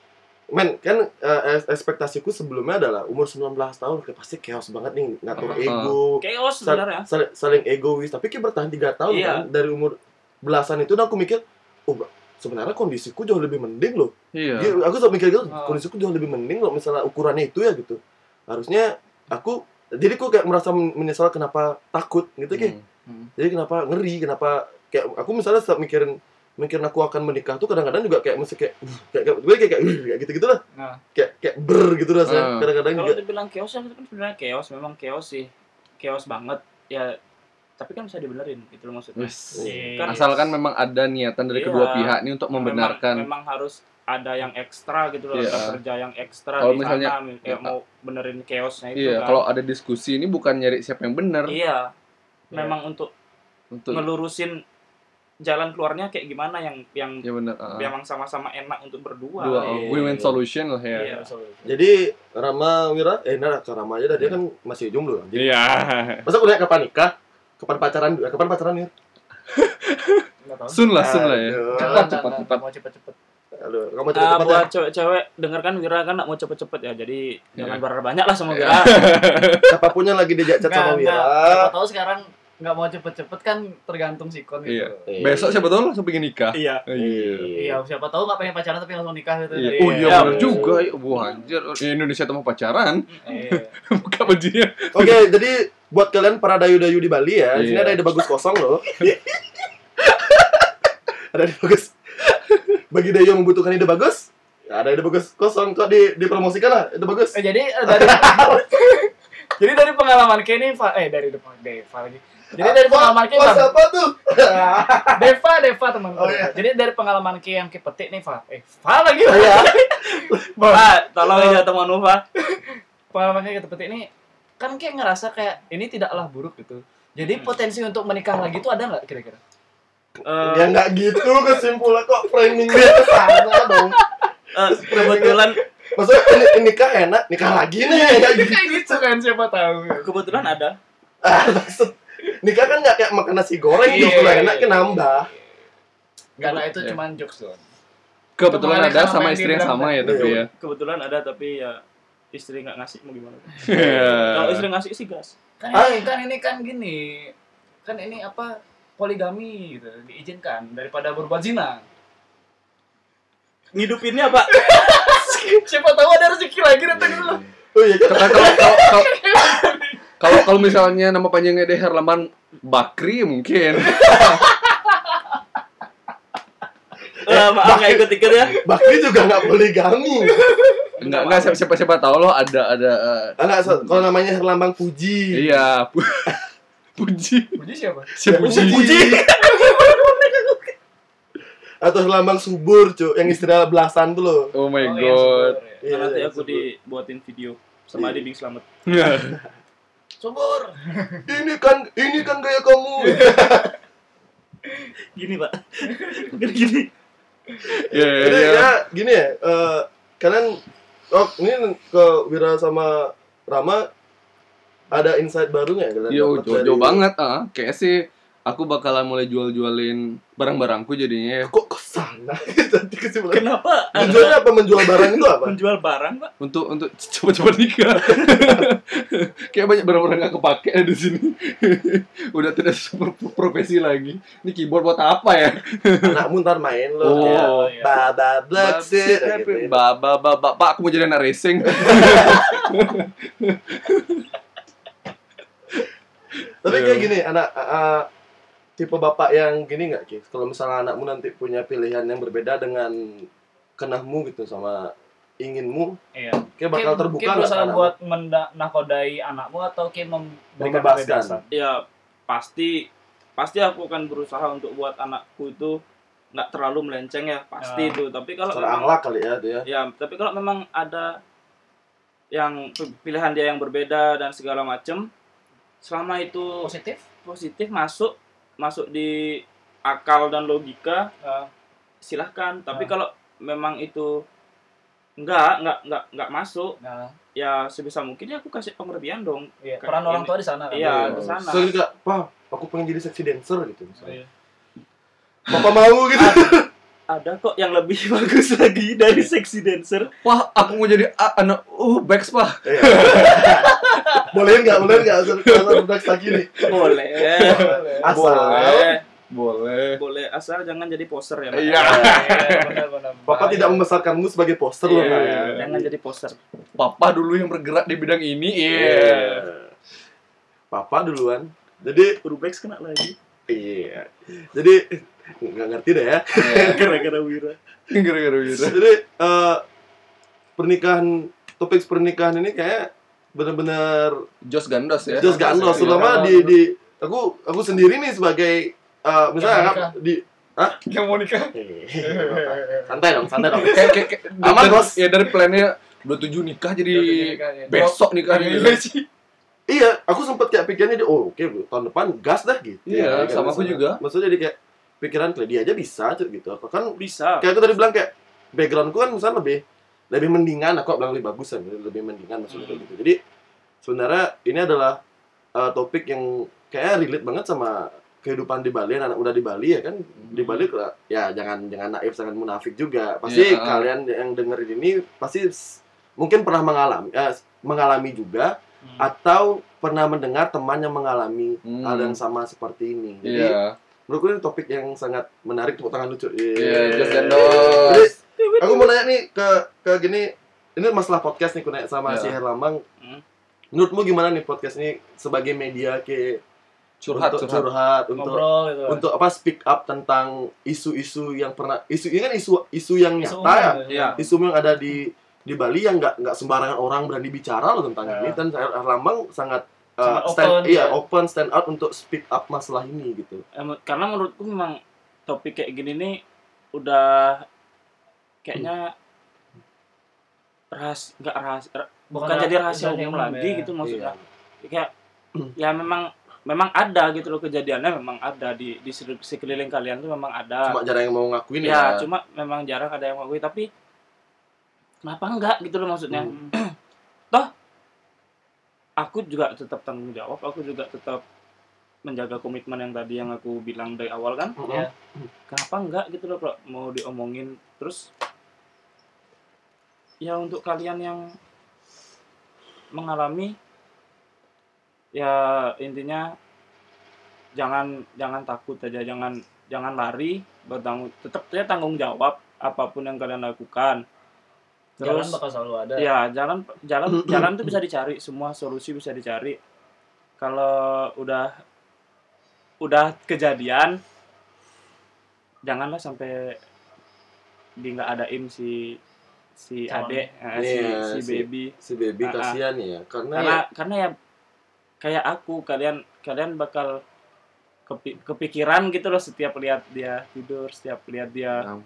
kan ekspektasiku sebelumnya adalah umur 19 tahun kayak pasti chaos banget nih, ngatur ego. Chaos sebenarnya. Saling egois, tapi kayak bertahan 3 tahun kan dari umur belasan itu aku mikir, sebenarnya kondisiku jauh lebih mending loh. Iya. Aku selalu mikir gitu, kondisiku jauh lebih mending loh misalnya ukurannya itu ya gitu. Harusnya aku kayak merasa menyesal kenapa takut gitu kayak. Jadi kenapa ngeri, kenapa kayak aku misalnya setiap mikirin aku akan menikah tuh kadang-kadang juga kayak mesti kayak gitu-gitulah. Kayak gitu rasanya. Kadang-kadang kalau juga. Kalau dibilang chaos itu kan sebenarnya chaos, memang chaos sih. Chaos banget. Ya tapi kan bisa dibenerin gitu loh maksudnya. Kan asalkan memang ada niatan dari kedua pihak nih untuk membenarkan. Memang harus ada yang ekstra gitu loh, ada kerja yang ekstra kalau di misalnya sana kayak mau benerin chaosnya itu kan. Kalau ada diskusi ini bukan nyari siapa yang benar. Iya. Memang untuk ngelurusin jalan keluarnya kayak gimana yang ya bener, memang sama-sama enak untuk berdua. Win-win solution lah ya. Iya. Jadi Rama Wira, ke Rama aja dah, dia kan masih jomblo. Iya. Masa aku nanya kapan nikah? Kapan pacaran ya? Sun lah ya. Cepat. Mau cepet-cepet. Aduh, kamu cepet-cepet buat cewek-cewek dengarkan Wira kan nak mau cepet-cepet ya, jadi jangan berharap banyak lah sama Wira. Siapapun yang lagi diajak chat sama Wira. Siapa tahu sekarang nggak mau cepet-cepet kan tergantung sikon gitu. Besok siapa tahu langsung pengen nikah. Iya, siapa tahu nggak pengen pacaran tapi langsung nikah gitu. Oh iya benar juga. Wah anjir, Indonesia tuh mau pacaran. Buka bajunya. Oke, jadi buat kalian para dayu-dayu di Bali ya, di sini ada ide bagus kosong loh. Ada ide bagus. Bagi dayu yang membutuhkan ide bagus, ada ide bagus kosong kok dipromosikan lah, ide bagus. Jadi dari pengalaman Kenny, dari depan Deva lagi. Jadi dari pengalaman Kenny, siapa tuh? Deva teman. Oh, iya. Jadi dari pengalaman Kenny yang kepetik nih, Fa lagi. Iya. Pak, tolong ya teman Fa. Pengalaman Kenny kepetik nih, kan kayak ngerasa kayak ini tidaklah buruk gitu. Jadi potensi untuk menikah lagi itu ada nggak kira-kira? Ya nggak gitu kesimpulan kok framingnya ke sana dong. Kebetulan maksudnya nikah enak, nikah lagi nih. Kayak gitu kan, siapa tahu. Kebetulan ada. Maksud nikah kan nggak kayak makan nasi goreng gitu, enak kan nambah. Karena itu cuma jokes doang. Kebetulan ada sama istri yang sama ya tapi ya. Kebetulan ada tapi ya istri nggak ngasih mau gimana? Kalau istri ngasih sih gas. Kan ini kan gini. Kan ini apa? Poligami gitu, diizinkan daripada berbuat zina. Ngidupinnya apa? Siapa tahu ada rezeki lagi datang dulu. Oh iya. Kalau misalnya nama panjangnya De Herlaman Bakri mungkin. Maaf nggak ikut-ikut ya. Bakri juga nggak poligami. Enggak siapa tahu loh ada. Kalau namanya Herlambang Puji. Iya. Puji siapa? Puji. Atau Herlambang Subur, Cuk, yang istilah belasan tuh loh. Oh my god. Iya, nanti aku dibuatin video sama Adi Bing Slamet. Subur. Ini kan gaya kamu. Gini, Pak. Bukan gini. Ya. Gini ya. Kalian ini ke Wira sama Rama ada insight baru nggak? Jauh banget. Kayak sih aku bakalan mulai jual-jualin barang-barangku jadinya ya. Kok kesana? Tadi kesimpulan. Kenapa? Menjualnya apa? Menjual barang itu apa? Menjual barang, Pak. Untuk cepat-cepat nikah. Kayak banyak barang-barang gak kepake di sini. Udah tidak profesi lagi. Ini keyboard buat apa ya? Anakmu ntar main lo. Oh, ya. Baba black shit. Gitu. Pak, aku mau jadi anak racing. Tapi kayak gini, anak tipe bapak yang gini nggak, Ki? Kalau misalnya anakmu nanti punya pilihan yang berbeda dengan kenahmu gitu sama inginmu, Iya. kayak bakal terbuka nggak? berusaha buat menakodai anakmu atau kayak memberikan Membebaskan. kebebasan? Ya pasti aku akan berusaha untuk buat anakku itu nggak terlalu melenceng ya, pasti itu. Tapi kalau Secara memang akhlak kali ya dia. ya, tapi kalau memang ada yang pilihan dia yang berbeda dan segala macem, selama itu positif masuk di akal dan logika, silahkan. Tapi kalau memang itu nggak masuk, ya sebisa mungkin ya aku kasih pengertian dong. Iya. Peran orang tua di sana kan. Iya, di sana. So juga, Pak, aku pengen jadi sexy dancer gitu misalnya. Iya. Papa mau gitu. Ada kok yang lebih bagus lagi dari sexy dancer. Wah, aku mau jadi anak Bex, Pak. Iya. Boleh nggak asal Bex lagi nih? Boleh. Asal. Boleh. Asal jangan jadi poser ya. Iya. Benar. Papa tidak membesarkanmu sebagai poster loh. Iya, ya. jangan jadi poser. Papa dulu yang bergerak di bidang ini. Papa duluan. Jadi Urbex kena lagi. iya. Jadi nggak ngerti deh ya. Gara-gara Wira. Gara-gara gitu. Jadi topik pernikahan ini kayak benar-benar Jos Gandos ya. just gandos, terutama di aku sendiri nih sebagai misalnya Yang mau nikah. santai dong. Kayak Aman, Bos. Ya dari plannya 27 nikah jadi besok nikah gitu. Iya, aku sempet kayak pikirnya oke, tahun depan gas dah gitu. Iya, Ya, sama aku maksudnya. juga. Maksudnya jadi kayak pikiran dia aja bisa gitu. Apa kan Bisa. kayak aku tadi bilang kayak backgroundku kan misalnya lebih mendingan, aku bilang lebih bagus kan, lebih mendingan maksudnya kayak gitu. Jadi sebenarnya ini adalah topik yang kayak relate banget sama kehidupan di Bali, anak muda di Bali ya kan. Di Bali ya jangan naif, jangan munafik juga. Pasti kalian yang dengerin ini pasti mungkin pernah mengalami juga atau pernah mendengar teman yang mengalami hal yang sama seperti ini. Jadi menurutku ini topik yang sangat menarik, tepuk tangan lucu. Jos Jadi Gandos. aku mau nanya nih ke gini, ini masalah podcast nih, aku nanya sama si Herlambang. Menurutmu gimana nih podcast ini sebagai media Curhat untuk Ngobrol gitu. untuk apa speak up tentang isu-isu yang pernah ini kan isu yang nyata ya. Isu yang ada di Bali yang nggak sembarangan orang berani bicara loh tentang ini, dan Herlambang sangat open stand out untuk speak up masalah ini gitu. Karena menurutku memang topik kayak gini nih udah kayaknya bukan jadi rahasia umum lagi gitu maksudnya. Kayak ya memang ada gitu loh, kejadiannya memang ada di sekeliling kalian tuh memang ada. Cuma jarang yang mau ngakuin ya. Cuma memang jarang ada yang ngakuin, tapi kenapa enggak gitu loh maksudnya. Toh aku juga tetap tanggung jawab, aku juga tetap menjaga komitmen yang tadi yang aku bilang dari awal kan. Kenapa enggak gitu loh kalau mau diomongin. Terus ya untuk kalian yang mengalami, ya intinya jangan takut aja, jangan lari, tetap ya tanggung jawab apapun yang kalian lakukan. Terus jalan bakal selalu ada. Ya, jalan tuh bisa dicari, semua solusi bisa dicari. Kalau udah kejadian, janganlah sampai nggak adain si adek, si baby kasihan ya, karena ya kayak aku, kalian bakal kepikiran gitu loh setiap lihat dia tidur, setiap lihat dia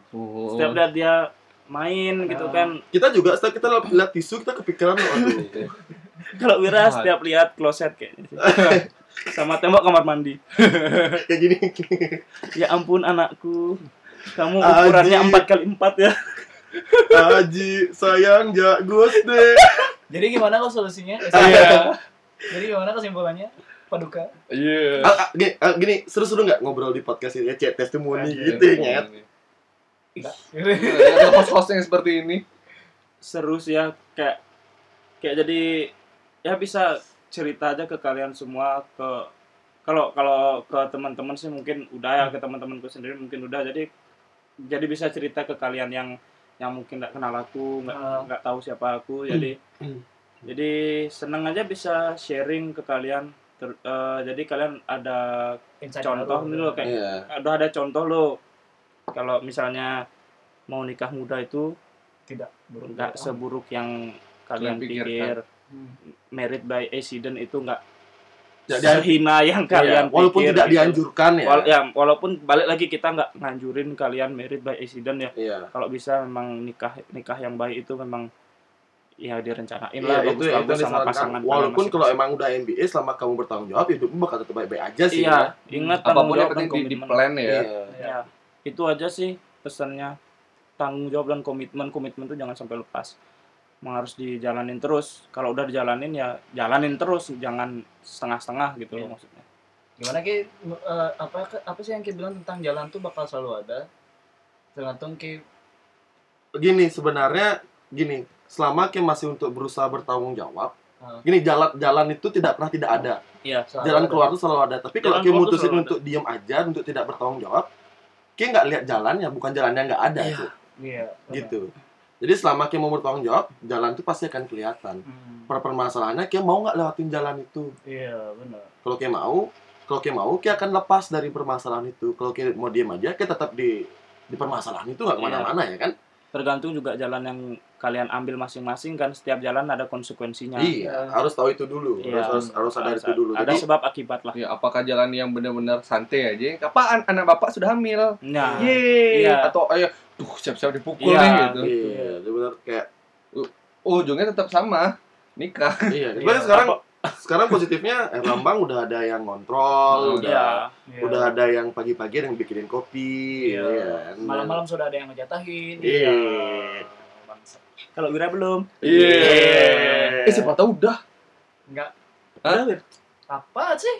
main gitu kan. Kita juga setiap kita lihat tisu kita kepikiran loh. Kalau Wira setiap lihat kloset kayaknya sih. Sama tembok kamar mandi. Kayak gini. Ya ampun anakku, kamu ukurannya 4x4 ya. Aji sayang jagus deh. Jadi gimana kok solusinya? Jadi gimana kesimpulannya? Paduka. Iya. Gini, seru-seru nggak ngobrol di podcast ini ya, cek testimoni gitu ya. Ada host-host yang seperti ini. Seru sih ya, kayak jadi ya bisa cerita aja ke kalian semua, ke kalau ke teman-teman sih mungkin udah ya, ke teman-temanku sendiri mungkin udah, jadi bisa cerita ke kalian yang mungkin nggak kenal aku, nggak tahu siapa aku, jadi seneng aja bisa sharing ke kalian. Jadi kalian ada contoh nih loh, kayak ada contoh loh, kalau misalnya mau nikah muda itu nggak seburuk yang kalian pikir. Married by accident itu nggak sehina yang kalian pikir. Walaupun tidak dianjurkan ya. Walaupun balik lagi kita nggak nganjurin kalian married by accident ya. Kalau bisa memang nikah yang baik itu memang ya direncanain lah, bagus-bagus sama pasangan. Walaupun kalau emang udah MBA, selama kamu bertanggung jawab, hidupmu bakal tetap baik-baik aja sih. Iya, ingat apapun yang penting di plan ya. Iya. Itu aja sih pesannya. Tanggung jawab dan komitmen itu jangan sampai lepas. Memang harus dijalanin terus. Kalau udah dijalanin ya jalanin terus, jangan setengah-setengah gitu loh maksudnya. Gimana Ki, apa sih yang Ki bilang tentang jalan tuh bakal selalu ada, tergantung Ki. Gini, sebenarnya gini, selama Ki masih untuk berusaha bertanggung jawab, gini, jalan itu tidak pernah tidak ada. Iya. Jalan keluar itu selalu ada. Tapi kalau Ki mutusin untuk diam aja, untuk tidak bertanggung jawab, Ki nggak lihat jalannya, bukan jalannya nggak ada. Iya. Gitu. Jadi selama Ki mau bertanggung jawab, jalan itu pasti akan kelihatan. Permasalahannya Ki mau nggak lewatin jalan itu. Iya, benar. Kalau Ki mau, Ki akan lepas dari permasalahan itu. Kalau Ki mau diam aja, Ki tetap di permasalahan itu nggak kemana-mana ya kan. Tergantung juga jalan yang kalian ambil masing-masing kan, setiap jalan ada konsekuensinya. Iya, harus tahu itu dulu. Harus sadar itu dulu. Ada sebab akibat lah. Ya, apakah jalan yang benar-benar santai aja? Kapan anak bapak sudah hamil? Nah, iya. Atau siap-siap dipukul nih gitu. Iya, benar kayak ujungnya tetap sama, nikah. Iya, sebenarnya sekarang positifnya Lambang udah ada yang ngontrol, udah ada yang pagi-pagi yang bikinin kopi, malam-malam sudah ada yang ngejatahin. Iya. Kalau Wira belum. Iya. Siapa tahu udah. Enggak. Hah? Apa sih?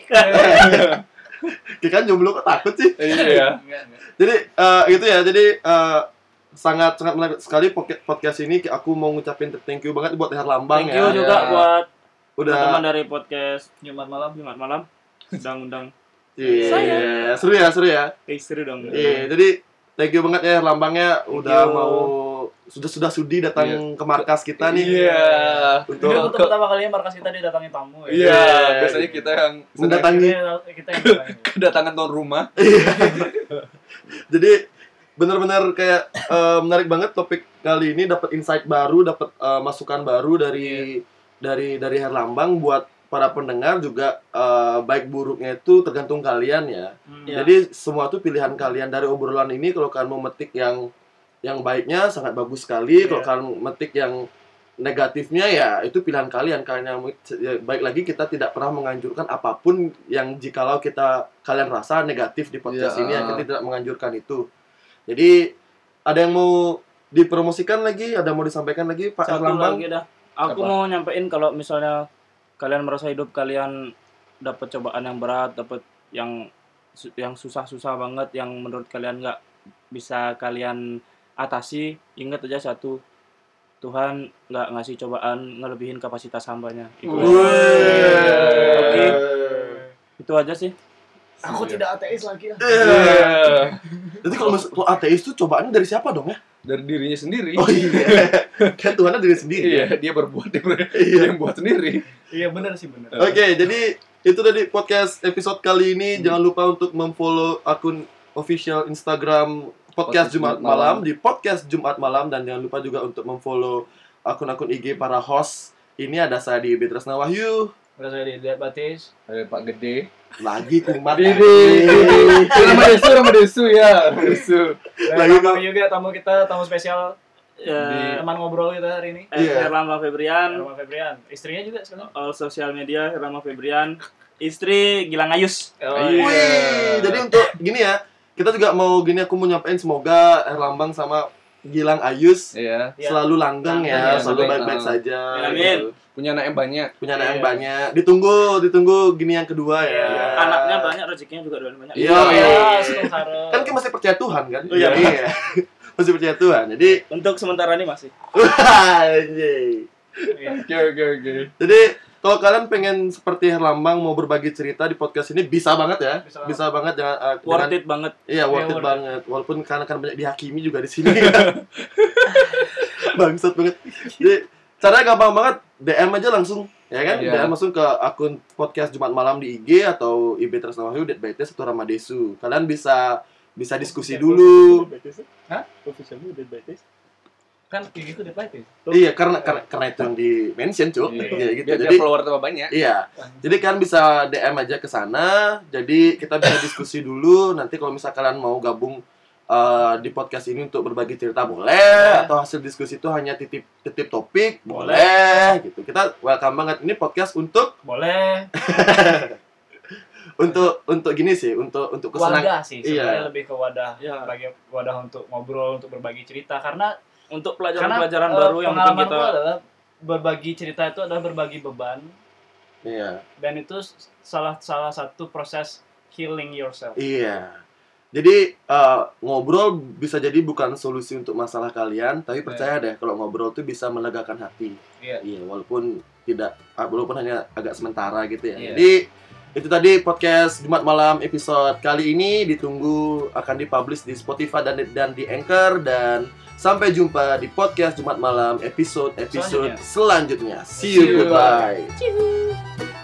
Kita kan jomblo kok takut sih. Iya. Jadi gitu ya. Jadi sangat menarik sekali podcast ini. Aku mau ngucapin thank you banget buat Herlambang ya. Thank you juga buat teman dari podcast Jumat malam undang-undang. Iya, seru ya. Seru dong. Iya, jadi thank you banget ya Lambangnya udah mau sudah sudi datang ke markas kita nih. Iya. Untuk pertama kalinya markas kita didatangi tamu ya. Iya, biasanya kita yang mendatangi kedatangan tuan rumah. Jadi benar-benar kayak menarik banget topik kali ini, dapat insight baru, dapat masukan baru dari Herlambang buat para pendengar juga. Baik buruknya itu tergantung kalian ya. Jadi semua itu pilihan kalian. Dari obrolan ini kalau kalian mau metik yang baiknya sangat bagus sekali. Kalau kalian metik yang negatifnya ya itu pilihan kalian. Baik lagi kita tidak pernah menganjurkan apapun yang jikalau kalian rasa negatif di podcast ini, kita tidak menganjurkan itu. Jadi ada yang mau dipromosikan lagi, ada yang mau disampaikan lagi Pak Herlambang? Lagi dah. Aku mau nyampein kalau misalnya kalian merasa hidup kalian dapat cobaan yang berat, dapat yang susah-susah banget, yang menurut kalian nggak bisa kalian atasi, ingat aja satu, Tuhan nggak ngasih cobaan ngelebihin kapasitas hambanya. Itu Oke. Itu aja sih. Aku tidak ateis lagi ya. Jadi kalau ateis itu cobaannya dari siapa dong ya? Dari dirinya sendiri. Oh iya. Kan Tuhannya diri sendiri. Iya, dia berbuat, dia yang buat sendiri. Iya, benar sih, benar. Oke, jadi itu tadi podcast episode kali ini. Jangan lupa untuk memfollow akun official Instagram Podcast Jumat Malam di Podcast Jumat Malam, dan jangan lupa juga untuk memfollow akun-akun IG para host. Ini ada saya di Betresna Wahyu. Ada saya di Lihat Batis. Ada Pak Gede. Lagi kumat. Nama Desu ya. Lagi juga tamu kita, tamu spesial. Teman ngobrol kita hari ini. Herlambang Febrian. Istrinya juga sekarang. All sosial media Herlambang Febrian. Istri Gilang Ayus. Wih, jadi untuk gini ya, kita juga mau gini, aku mau nyampein semoga Herlambang sama Gilang Ayus selalu langgeng ya, selalu baik-baik saja. Amin. punya anak yang banyak. Ditunggu gini yang kedua ya. Anaknya banyak, rezekinya juga banyak. Iya. Kan kita masih percaya Tuhan kan? Iya. Masih percaya Tuhan. Jadi untuk sementara ini masih. Oke. Jadi kalau kalian pengen seperti Herlambang mau berbagi cerita di podcast ini bisa banget ya. Bisa banget jangan worth it banget. Iya, worth it banget. Walaupun kan banyak dihakimi juga di sini. Bangsat banget. Jadi caranya gampang banget, DM aja langsung, ya kan? DM langsung ke akun podcast Jumat Malam di IG atau IB Tresna Wahyu, Deadbytes atau Ramadesu. Kalian bisa diskusi dulu. Hah? Officialnya Deadbytes? Kan kayak gitu Deadbytes. Iya, karena itu yang di mention, Cuk. Iya, gitu. Biar Jadi follower tambah banyak. Iya. Jadi kalian bisa DM aja ke sana. Jadi kita bisa diskusi dulu. Nanti kalau misal kalian mau gabung di podcast ini untuk berbagi cerita boleh, atau hasil diskusi itu hanya titip topik boleh gitu. Kita welcome banget. Ini podcast untuk boleh. untuk gini sih, untuk wadah sih sebenarnya, lebih ke wadah, bagi wadah untuk ngobrol, untuk berbagi cerita, karena untuk pelajaran baru yang mungkin kita adalah berbagi cerita itu adalah berbagi beban. Iya. Dan itu salah satu proses healing yourself. Iya. Jadi ngobrol bisa jadi bukan solusi untuk masalah kalian, tapi percaya deh kalau ngobrol tuh bisa melegakan hati. Iya, walaupun hanya agak sementara gitu ya. Jadi itu tadi podcast Jumat Malam episode kali ini. Ditunggu akan dipublish di Spotify dan di Anchor, dan sampai jumpa di podcast Jumat Malam episode selanjutnya. See you, goodbye.